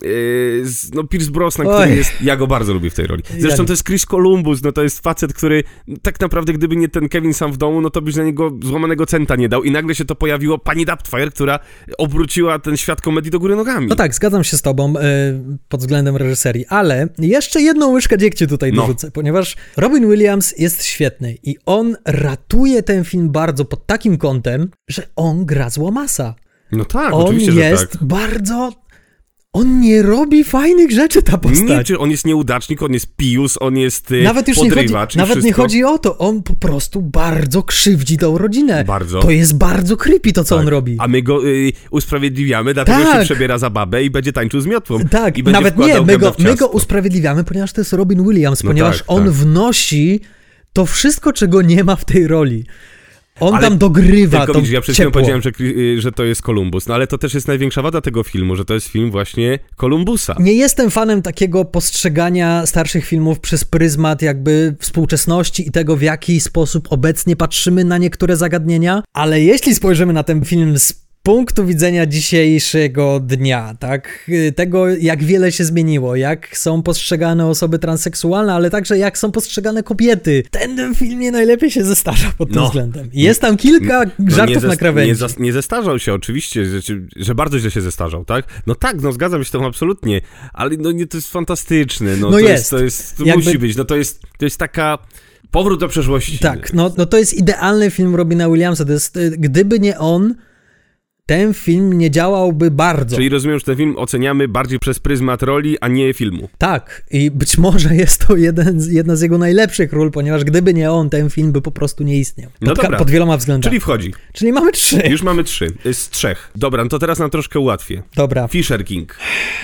Z, no Pierce Brosnan, Oj. który jest, ja go bardzo lubię w tej roli. Zresztą ja. to jest Chris Columbus, no to jest facet, który tak naprawdę gdyby nie ten Kevin sam w domu, no to byś na niego złamanego centa nie dał i nagle się to pojawiło pani Doubtfire, która obróciła ten świat komedii do góry nogami. No tak, zgadzam się z tobą yy, pod względem reżyserii, ale jeszcze jedną łyżkę dziegciu tutaj no. dorzucę, ponieważ Robin Williams jest świetny i on ratuje ten film bardzo pod takim kątem, że on gra z łamasa. No tak, on oczywiście, że tak. On jest bardzo... On nie robi fajnych rzeczy, ta postać. Nie, on jest nieudacznik, on jest pijus, on jest nawet już podrywacz nie chodzi, Nawet nie chodzi o to, on po prostu bardzo krzywdzi tą rodzinę. Bardzo. To jest bardzo creepy to, co tak. on robi. A my go y, usprawiedliwiamy, dlatego tak. się przebiera za babę i będzie tańczył z miotłą. Tak, i będzie nawet nie, my go, my go usprawiedliwiamy, ponieważ to jest Robin Williams, no ponieważ tak, on tak. wnosi to wszystko, czego nie ma w tej roli. On ale tam dogrywa tylko to widzisz, ja przed chwilą powiedziałem, że, że to jest Columbus, no ale to też jest największa wada tego filmu, że to jest film właśnie Columbusa. Nie jestem fanem takiego postrzegania starszych filmów przez pryzmat jakby współczesności i tego, w jaki sposób obecnie patrzymy na niektóre zagadnienia, ale jeśli spojrzymy na ten film z punktu widzenia dzisiejszego dnia, tak, tego jak wiele się zmieniło, jak są postrzegane osoby transseksualne, ale także jak są postrzegane kobiety. Ten film nie najlepiej się zestarzał pod tym no. względem. Jest tam kilka no, żartów nie na krawędzi. Nie, zas, nie zestarzał się oczywiście, że, że bardzo źle się zestarzał, tak? No tak, no zgadzam się z tym absolutnie, ale no nie, to jest fantastyczne, no, no to jest. jest, to jest, to Jakby... musi być, no to jest, to jest taka... Powrót do przeszłości. Tak, no, no to jest idealny film Robina Williamsa, to jest, gdyby nie on, ten film nie działałby bardzo. Czyli rozumiem, że ten film oceniamy bardziej przez pryzmat roli, a nie filmu. Tak, i być może jest to jeden z, jedna z jego najlepszych ról, ponieważ gdyby nie on, ten film by po prostu nie istniał. Pod, No dobra. pod wieloma względami. Czyli wchodzi. Czyli mamy trzy. Już mamy trzy. Z trzech. Dobra, no to teraz nam troszkę ułatwię. Dobra. Fisher King.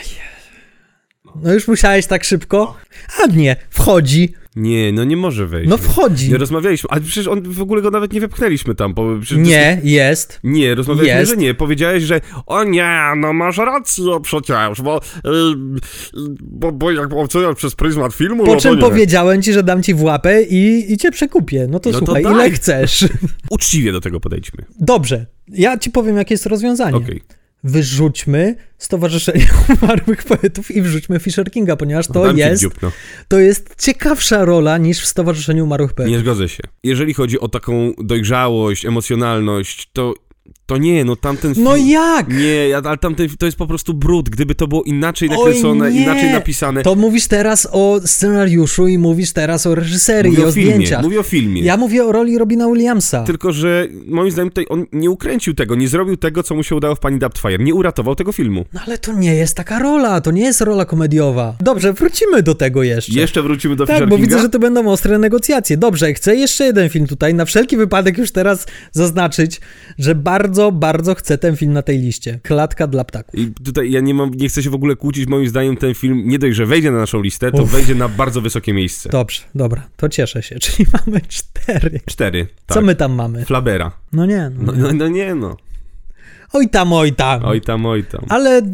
No już musiałeś tak szybko? A nie, wchodzi. Nie, no nie może wejść. No wchodzi. Nie rozmawialiśmy, ale przecież on, w ogóle go nawet nie wepchnęliśmy tam. Bo nie, to... jest. Nie, rozmawialiśmy, jest. że nie. Powiedziałeś, że o nie, no masz rację przecież, bo, yy, bo, bo jak oceniasz przez pryzmat filmu... Po no czym nie. powiedziałem ci, że dam ci w łapę i, i cię przekupię. No to no słuchaj, to ile chcesz. Uczciwie do tego podejdźmy. Dobrze, ja ci powiem, jakie jest rozwiązanie. Okay. Wyrzućmy Stowarzyszenie Umarłych Poetów i wrzućmy Fisher Kinga, ponieważ to Dam jest, dziób, no. to jest ciekawsza rola niż w Stowarzyszeniu Umarłych Poetów. Nie zgodzę się. Jeżeli chodzi o taką dojrzałość, emocjonalność, to... To nie, no tamten film... No jak? Nie, ale tamten to jest po prostu brud. Gdyby to było inaczej nakręcone, Oj, nie. inaczej napisane... To mówisz teraz o scenariuszu i mówisz teraz o reżyserii, Mówię o, o filmie, zdjęciach. Mówię o filmie. Ja mówię o roli Robina Williamsa. Tylko, że moim zdaniem tutaj on nie ukręcił tego, nie zrobił tego, co mu się udało w Pani Doubtfire. Nie uratował tego filmu. No ale to nie jest taka rola, to nie jest rola komediowa. Dobrze, wrócimy do tego jeszcze. Jeszcze wrócimy do Tak, Fisher bo Kinga? widzę, że to będą ostre negocjacje. Dobrze, chcę jeszcze jeden film tutaj. Na wszelki wypadek już teraz zaznaczyć, że bardzo, bardzo chcę ten film na tej liście. Klatka dla ptaków. I tutaj ja nie mam, nie chcę się w ogóle kłócić, moim zdaniem ten film nie dość, że wejdzie na naszą listę, to Uf. wejdzie na bardzo wysokie miejsce. Dobrze, dobra, to cieszę się. Czyli mamy cztery. Cztery, tak. Co my tam mamy? Flabera. No nie, no, no, no, no nie, no. Oj tam, oj tam. Oj tam, oj tam. Ale...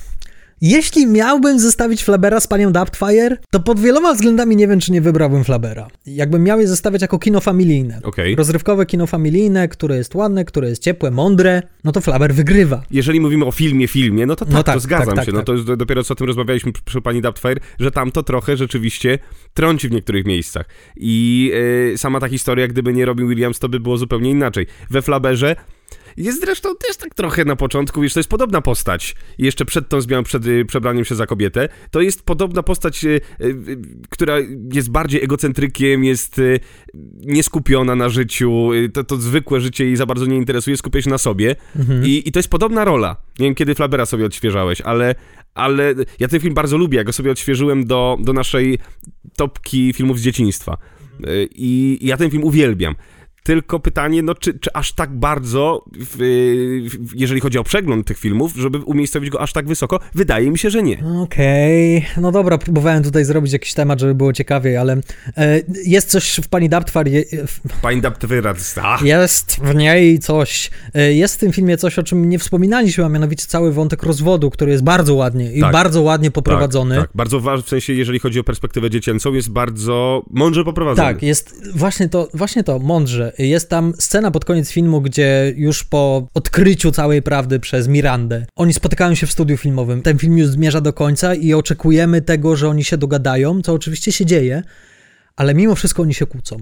Jeśli miałbym zestawić Flabera z Panią Doubtfire, to pod wieloma względami nie wiem, czy nie wybrałbym Flabera. Jakbym miał je zestawiać jako kino familijne. Okay. Rozrywkowe kino familijne, które jest ładne, które jest ciepłe, mądre, no to Flaber wygrywa. Jeżeli mówimy o filmie, filmie, no to tak, no tak to zgadzam tak, tak, się. tak. No to już dopiero co o tym rozmawialiśmy przy, przy Pani Doubtfire, że tam to trochę rzeczywiście trąci w niektórych miejscach. I yy, sama ta historia, gdyby nie robił Williams, to by było zupełnie inaczej. We Flaberze jest zresztą też tak trochę na początku, wiesz, to jest podobna postać. Jeszcze przed tą zmianą, przed y, przebraniem się za kobietę, to jest podobna postać, y, y, która jest bardziej egocentrykiem, jest y, nieskupiona na życiu, y, to, to zwykłe życie jej za bardzo nie interesuje, skupia się na sobie. Mhm. I, I to jest podobna rola. Nie wiem, kiedy Flabera sobie odświeżałeś, ale, ale ja ten film bardzo lubię, ja go sobie odświeżyłem do, do naszej topki filmów z dzieciństwa. Y, I ja ten film uwielbiam. Tylko pytanie, no czy, czy aż tak bardzo, w, w, jeżeli chodzi o przegląd tych filmów, żeby umiejscowić go aż tak wysoko? Wydaje mi się, że nie. Okej, okay. No dobra, próbowałem tutaj zrobić jakiś temat, żeby było ciekawiej, ale e, jest coś w Pani Doubtfire... Pani Doubtfire... Jest w niej coś, e, jest w tym filmie coś, o czym nie wspominaliśmy, a mianowicie cały wątek rozwodu, który jest bardzo ładnie i tak, bardzo ładnie poprowadzony. Tak, tak, bardzo ważny, w sensie, jeżeli chodzi o perspektywę dziecięcą, jest bardzo mądrze poprowadzony. Tak, jest właśnie to, właśnie to, mądrze. Jest tam scena pod koniec filmu, gdzie już po odkryciu całej prawdy przez Mirandę, oni spotykają się w studiu filmowym. Ten film już zmierza do końca i oczekujemy tego, że oni się dogadają, co oczywiście się dzieje, ale mimo wszystko oni się kłócą.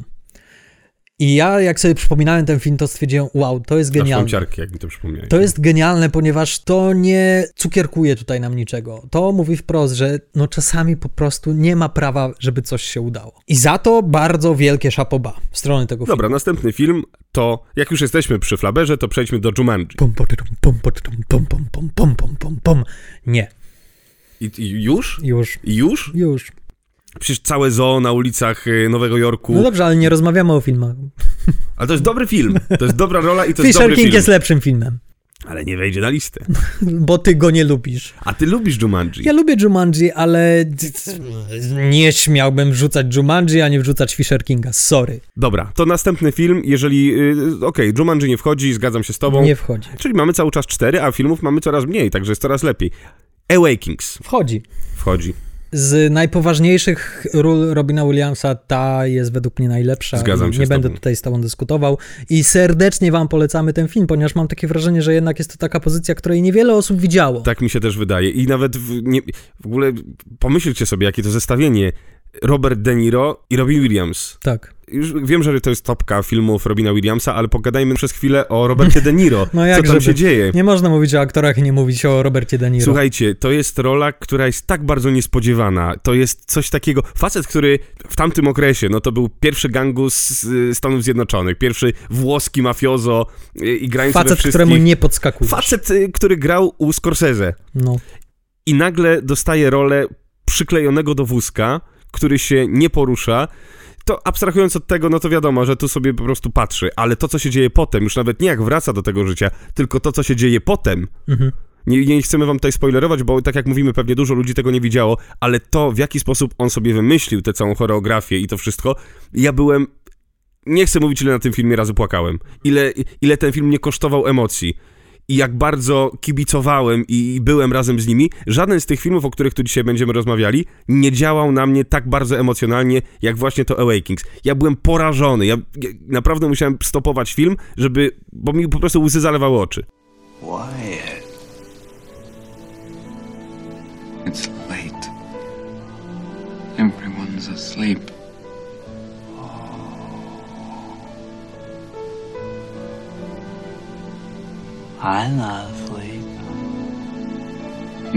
I ja, jak sobie przypominałem ten film, to stwierdziłem, wow, to jest genialne. Ciarki, jak mi to przypomniałeś. To jest genialne, ponieważ to nie cukierkuje tutaj nam niczego. To mówi wprost, że no czasami po prostu nie ma prawa, żeby coś się udało. I za to bardzo wielkie chapeau bas w stronę tego filmu. Dobra, następny film to, jak już jesteśmy przy Flaberze, to przejdźmy do Jumanji. Pum, pum, pum, pum, pum, pum, pum, pum, pum, pum, pum. Nie. I, I już? Już. I już? Już. Przecież całe zoo na ulicach Nowego Jorku. No dobrze, ale nie rozmawiamy o filmach. Ale to jest dobry film. To jest dobra rola i to Fisher jest dobry King film. jest lepszym filmem. Ale nie wejdzie na listę. Bo ty go nie lubisz. A ty lubisz Jumanji. Ja lubię Jumanji, ale nie śmiałbym wrzucać Jumanji, a nie wrzucać Fisher Kinga. Sorry. Dobra, to następny film, jeżeli... Yy, Okej, okay, Jumanji nie wchodzi, zgadzam się z tobą. Nie wchodzi. Czyli mamy cały czas cztery, a filmów mamy coraz mniej, także jest coraz lepiej. Awakens. Wchodzi. Wchodzi. Z najpoważniejszych ról Robina Williamsa ta jest według mnie najlepsza. Zgadzam się Nie z będę tobą. tutaj z tobą dyskutował i serdecznie wam polecamy ten film, ponieważ mam takie wrażenie, że jednak jest to taka pozycja, której niewiele osób widziało. Tak mi się też wydaje i nawet w, nie, w ogóle pomyślcie sobie, jakie to zestawienie. Robert De Niro i Robin Williams. Tak. już wiem, że to jest topka filmów Robina Williamsa, ale pogadajmy przez chwilę o Robercie De Niro. No jak co tam żeby. się dzieje? Nie można mówić o aktorach i nie mówić o Robercie De Niro. Słuchajcie, to jest rola, która jest tak bardzo niespodziewana. To jest coś takiego... Facet, który w tamtym okresie, no to był pierwszy gangus z Stanów Zjednoczonych, pierwszy włoski mafiozo i grający Facet, we wszystkich... któremu nie podskakujesz. Facet, który grał u Scorsese. No. I nagle dostaje rolę przyklejonego do wózka, który się nie porusza. To abstrahując od tego, no to wiadomo, że tu sobie po prostu patrzy, ale to, co się dzieje potem, już nawet nie jak wraca do tego życia, tylko to, co się dzieje potem. Mhm. Nie, nie chcemy wam tutaj spoilerować, bo tak jak mówimy, pewnie dużo ludzi tego nie widziało, ale to, w jaki sposób on sobie wymyślił tę całą choreografię i to wszystko, ja byłem... Nie chcę mówić, ile na tym filmie razy płakałem. Ile, ile ten film mnie kosztował emocji. I jak bardzo kibicowałem i byłem razem z nimi, żaden z tych filmów, o których tu dzisiaj będziemy rozmawiali, nie działał na mnie tak bardzo emocjonalnie, jak właśnie to Awakens. Ja byłem porażony, ja, ja naprawdę musiałem stopować film, żeby, bo mi po prostu łzy zalewały oczy. Wyatt. It's late. Everyone's asleep. I love sleep. No.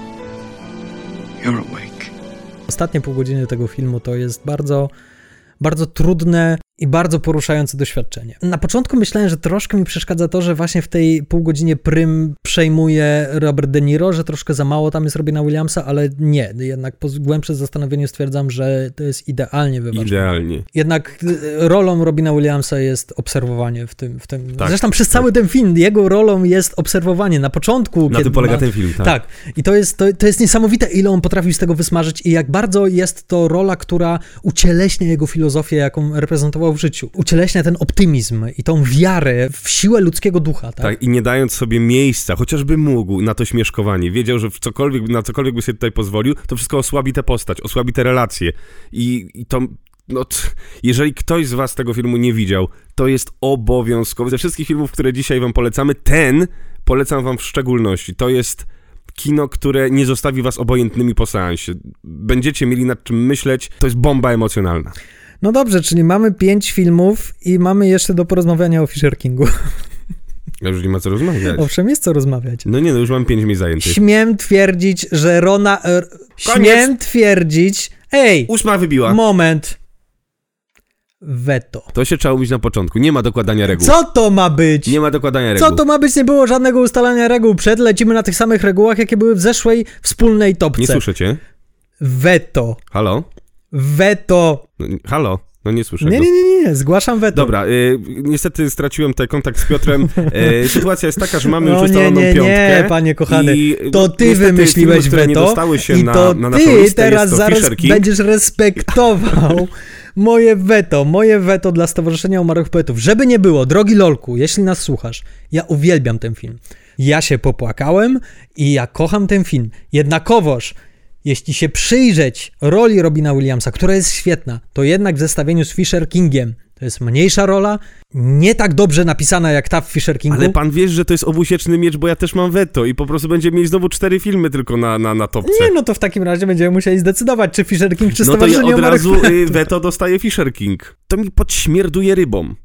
You're awake. Ostatnie pół godziny tego filmu to jest bardzo, bardzo trudne i bardzo poruszające doświadczenie. Na początku myślałem, że troszkę mi przeszkadza to, że właśnie w tej pół godzinie prym przejmuje Robert De Niro, że troszkę za mało tam jest Robina Williamsa, ale nie. Jednak po głębszym zastanowieniu stwierdzam, że to jest idealnie wyważone. Idealnie. Jednak rolą Robina Williamsa jest obserwowanie w tym. W tym. Tak, Zresztą przez tak. cały ten film jego rolą jest obserwowanie. Na początku... Na kiedy tym polega ma... ten film, tak. Tak. I to jest, to, to jest niesamowite, ile on potrafił z tego wysmażyć i jak bardzo jest to rola, która ucieleśnia jego filozofię, jaką reprezentował w życiu. Ucieleśnia ten optymizm i tą wiarę w siłę ludzkiego ducha. Tak, Tak, i nie dając sobie miejsca, chociażby mógł na to śmieszkowanie, wiedział, że w cokolwiek, na cokolwiek by sobie tutaj pozwolił, to wszystko osłabi tę postać, osłabi te relacje. I, i to, no, t, jeżeli ktoś z was tego filmu nie widział, to jest obowiązkowy. Ze wszystkich filmów, które dzisiaj wam polecamy, ten polecam wam w szczególności. To jest kino, które nie zostawi was obojętnymi po seansie. Będziecie mieli nad czym myśleć, to jest bomba emocjonalna. No dobrze, czyli mamy pięć filmów i mamy jeszcze do porozmawiania o Fisher Kingu. Ja już nie ma co rozmawiać. Owszem, jest co rozmawiać. No nie, no już mam pięć miejsc zajętych. Śmiem twierdzić, że Rona... Er, śmiem twierdzić... Ej! Ósma wybiła. Moment. Weto. To się trzeba mówić na początku. Nie ma dokładania reguł. Co to ma być? Nie ma dokładania reguł. Co to ma być? Nie było żadnego ustalania reguł. Przed lecimy na tych samych regułach, jakie były w zeszłej wspólnej topce. Nie słyszę cię. Weto. Halo? Weto. No, halo? No nie słyszę Nie, go. nie, nie, nie, zgłaszam weto. Dobra, y, niestety straciłem tutaj kontakt z Piotrem. Y, sytuacja jest taka, że mamy no już ustaloną nie, nie, piątkę. Nie, panie kochany, i, to ty niestety wymyśliłeś filmy, które weto nie dostały się i na, to na naszą ty listę, teraz jest to zaraz Fisher King. będziesz respektował moje weto, moje weto dla Stowarzyszenia Umarłych Poetów. Żeby nie było, drogi Lolku, jeśli nas słuchasz, ja uwielbiam ten film. Ja się popłakałem i ja kocham ten film. Jednakowoż, jeśli się przyjrzeć roli Robina Williamsa, która jest świetna, to jednak w zestawieniu z Fisher Kingiem to jest mniejsza rola, nie tak dobrze napisana jak ta w Fisher Kingu. Ale pan wiesz, że to jest obusieczny miecz, bo ja też mam weto i po prostu będziemy mieli znowu cztery filmy tylko na, na, na topce. Nie, no to w takim razie będziemy musieli zdecydować, czy Fisher King, czy No to Stowarzyszenie ja od Umarłych razu Poetów. y, weto dostaje Fisher King. To mi podśmierduje rybą.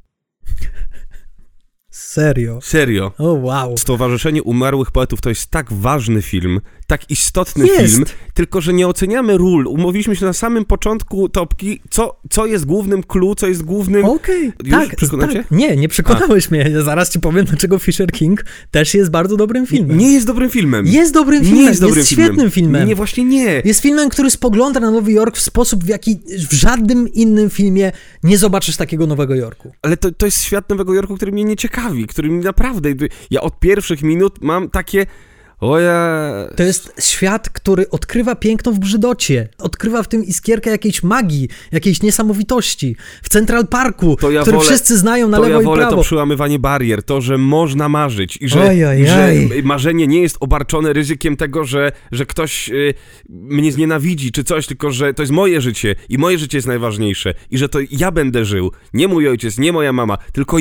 Serio? Serio. O, wow. Stowarzyszenie Umarłych Poetów to jest tak ważny film, tak istotny Jest. film, tylko że nie oceniamy ról. Umówiliśmy się na samym początku topki, co, co jest głównym clue, co jest głównym... Okej, Już tak, przekonacie? tak. Nie, nie przekonałeś A. mnie. Ja zaraz ci powiem, dlaczego Fisher King też jest bardzo dobrym filmem. Nie jest dobrym filmem. Jest dobrym filmem, nie jest, dobrym jest filmem. świetnym filmem. Nie, właśnie nie. Jest filmem, który spogląda na Nowy Jork w sposób, w jaki w żadnym innym filmie nie zobaczysz takiego Nowego Jorku. Ale to, to jest świat Nowego Jorku, który mnie nie ciekawi, który mi naprawdę... Ja od pierwszych minut mam takie... O ja... To jest świat, który odkrywa piękno w brzydocie. Odkrywa w tym iskierkę jakiejś magii, jakiejś niesamowitości. W Central Parku, to ja który wolę, wszyscy znają na to lewo ja i wolę prawo. To przełamywanie barier, to, że można marzyć i że, oj, oj, i że oj. marzenie nie jest obarczone ryzykiem tego, że, że ktoś y, mnie znienawidzi czy coś, tylko że to jest moje życie i moje życie jest najważniejsze i że to ja będę żył. Nie mój ojciec, nie moja mama, tylko ja.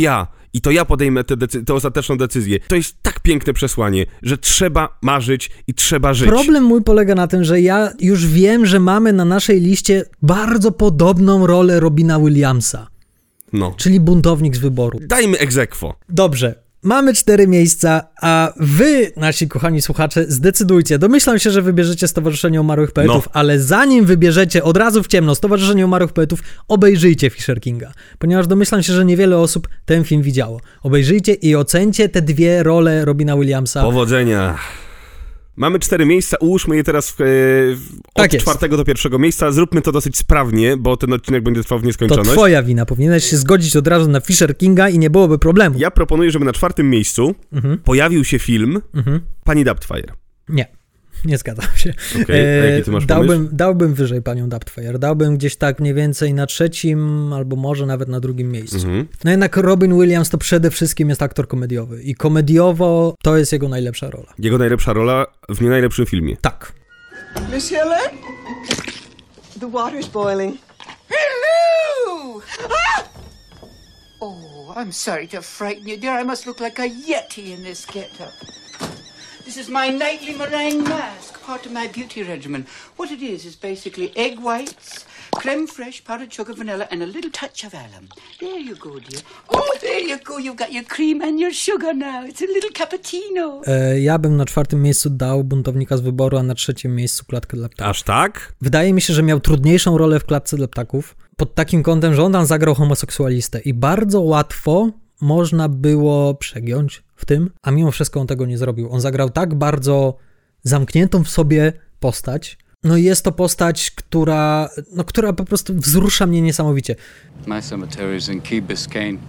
i to ja podejmę tę decy- tę ostateczną decyzję. To jest tak piękne przesłanie, że trzeba marzyć i trzeba żyć. Problem mój polega na tym, że ja już wiem, że mamy na naszej liście bardzo podobną rolę Robina Williamsa. No. Czyli buntownik z wyboru. Dajmy ex aequo. Dobrze. Mamy cztery miejsca, a wy, nasi kochani słuchacze, zdecydujcie. Domyślam się, że wybierzecie Stowarzyszenie Umarłych Poetów, no. ale zanim wybierzecie od razu w ciemno Stowarzyszenie Umarłych Poetów, obejrzyjcie Fisher Kinga. Ponieważ domyślam się, że niewiele osób ten film widziało. Obejrzyjcie i ocencie te dwie role Robina Williamsa. Powodzenia. Mamy cztery miejsca, ułóżmy je teraz w, e, od tak czwartego do pierwszego miejsca. Zróbmy to dosyć sprawnie, bo ten odcinek będzie trwał w nieskończoność. To twoja wina, powinieneś się zgodzić od razu na Fisher Kinga i nie byłoby problemu. Ja proponuję, żeby na czwartym miejscu mhm. pojawił się film mhm. Pani Doubtfire. Nie. Nie zgadzam się. Okay. A jaki ty masz dałbym, dałbym wyżej Panią Doubtfire. Dałbym gdzieś tak mniej więcej na trzecim, albo może nawet na drugim miejscu. Mm-hmm. No jednak Robin Williams to przede wszystkim jest aktor komediowy. I komediowo to jest jego najlepsza rola. Jego najlepsza rola w nie najlepszym filmie. Tak. Miss Hiller? The water's boiling. Hello! Ah! Oh, I'm sorry to frighten you, dear. I must look like a yeti in this get-up. This is my nightly meringue mask, part of my beauty regimen. What it is is basically egg whites, creme fraiche, powdered sugar, vanilla, and a little touch of alum. There you go, dear. Oh, there you go. You've got your cream and your sugar now. It's a little cappuccino. E, ja bym na czwartym miejscu dał Buntownika z wyboru, a na trzecim miejscu Klatkę dla ptaków. Aż tak? Wydaje mi się, że miał trudniejszą rolę w Klatce dla ptaków, pod takim kątem, że on tam zagrał homoseksualistę i bardzo łatwo można było przegiąć w tym, a mimo wszystko on tego nie zrobił. On zagrał tak bardzo zamkniętą w sobie postać. No i jest to postać, która, no, która po prostu wzrusza mnie niesamowicie. My cemetery is in Key Biscayne.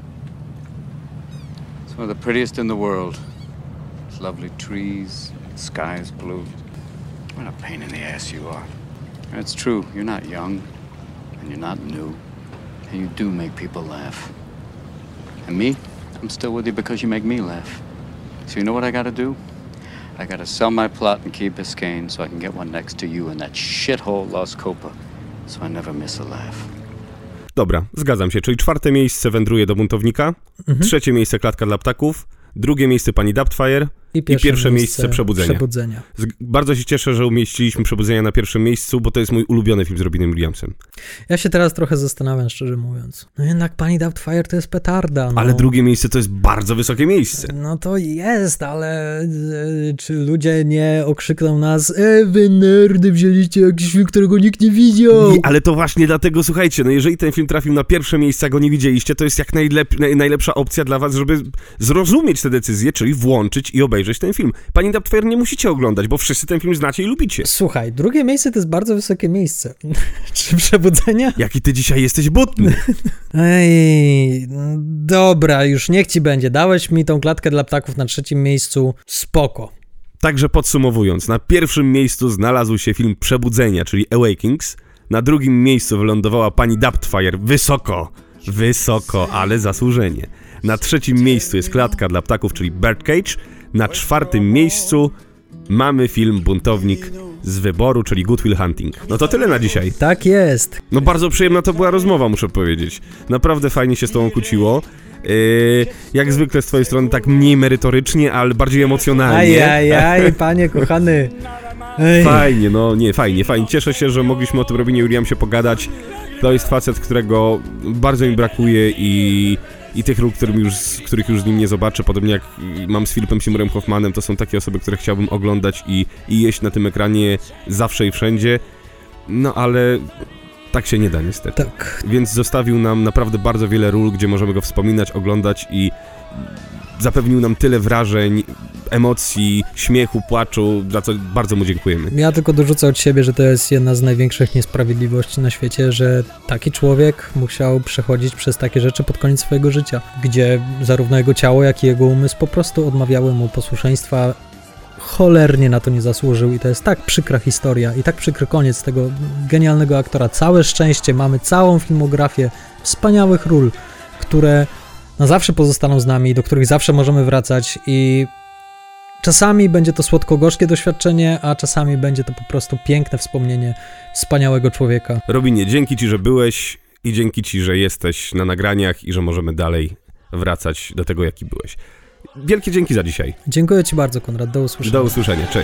It's one of the prettiest in the world. It's lovely trees, the sky is blue. What a pain in the ass you are. And it's true, you're not young, and you're not new, and you do make people laugh. And me? I'm still with you because you make me laugh. So you know what I gotta do? I gotta sell my plot in Key Biscayne so I can get one next to you in that shithole Los Copa. So I never miss a laugh. Dobra, zgadzam się. Czyli czwarte miejsce wędruje do Buntownika, mhm. trzecie miejsce Klatka dla ptaków, drugie miejsce Pani Doubtfire i pierwsze, i pierwsze miejsce, miejsce Przebudzenia. Przebudzenia. Z- bardzo się cieszę, że umieściliśmy Przebudzenia na pierwszym miejscu, bo to jest mój ulubiony film z Robinem Williamsem. Ja się teraz trochę zastanawiam, szczerze mówiąc. No jednak Pani Doubtfire to jest petarda. No. Ale drugie miejsce to jest bardzo wysokie miejsce. No to jest, ale e, czy ludzie nie okrzykną nas e, wy nerdy, wzięliście jakiś film, którego nikt nie widział? Nie, ale to właśnie dlatego, słuchajcie, no jeżeli ten film trafił na pierwsze miejsce, a go nie widzieliście, to jest jak najlep- naj- najlepsza opcja dla was, żeby zrozumieć tę decyzję, czyli włączyć i obejrzeć ten film. Pani Doubtfire nie musicie oglądać, bo wszyscy ten film znacie i lubicie. Słuchaj, drugie miejsce to jest bardzo wysokie miejsce. Czy Przebudzenia? Jaki ty dzisiaj jesteś butny. Ej, dobra, już niech ci będzie. Dałeś mi tą Klatkę dla ptaków na trzecim miejscu. Spoko. Także podsumowując, na pierwszym miejscu znalazł się film Przebudzenia, czyli Awakings. Na drugim miejscu wylądowała Pani Doubtfire. Wysoko, wysoko, ale zasłużenie. Na trzecim miejscu jest Klatka dla ptaków, czyli Birdcage. Na czwartym miejscu mamy film Buntownik z wyboru, czyli Good Will Hunting. No to tyle na dzisiaj. Tak jest. No bardzo przyjemna to była rozmowa, muszę powiedzieć. Naprawdę fajnie się z tobą kłóciło. Yy, jak zwykle z twojej strony tak mniej merytorycznie, ale bardziej emocjonalnie. Aj, aj, aj, panie kochany. Ej. Fajnie, no nie, fajnie, fajnie. Cieszę się, że mogliśmy o tym Robinie Williamsie pogadać. To jest facet, którego bardzo mi brakuje i... I tych ról, którym już, których już z nim nie zobaczę, podobnie jak mam z Philipem Seymourem Hoffmanem, to są takie osoby, które chciałbym oglądać i, i jeść na tym ekranie zawsze i wszędzie, no ale tak się nie da niestety. Tak. Więc zostawił nam naprawdę bardzo wiele ról, gdzie możemy go wspominać, oglądać i zapewnił nam tyle wrażeń, emocji, śmiechu, płaczu, za co bardzo mu dziękujemy. Ja tylko dorzucę od siebie, że to jest jedna z największych niesprawiedliwości na świecie, że taki człowiek musiał przechodzić przez takie rzeczy pod koniec swojego życia, gdzie zarówno jego ciało, jak i jego umysł po prostu odmawiały mu posłuszeństwa. Cholernie na to nie zasłużył i to jest tak przykra historia i tak przykry koniec tego genialnego aktora. Całe szczęście, mamy całą filmografię wspaniałych ról, które na zawsze pozostaną z nami, do których zawsze możemy wracać i czasami będzie to słodko-gorzkie doświadczenie, a czasami będzie to po prostu piękne wspomnienie wspaniałego człowieka. Robinie, dzięki ci, że byłeś i dzięki ci, że jesteś na nagraniach i że możemy dalej wracać do tego, jaki byłeś. Wielkie dzięki za dzisiaj. Dziękuję ci bardzo, Konrad. Do usłyszenia. Do usłyszenia. Cześć.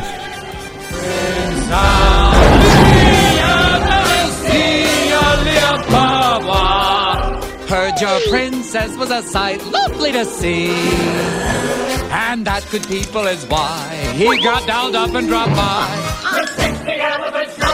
Heard your princess was a sight lovely to see, and that good people is why he got down up and dropped by. Six big elephants.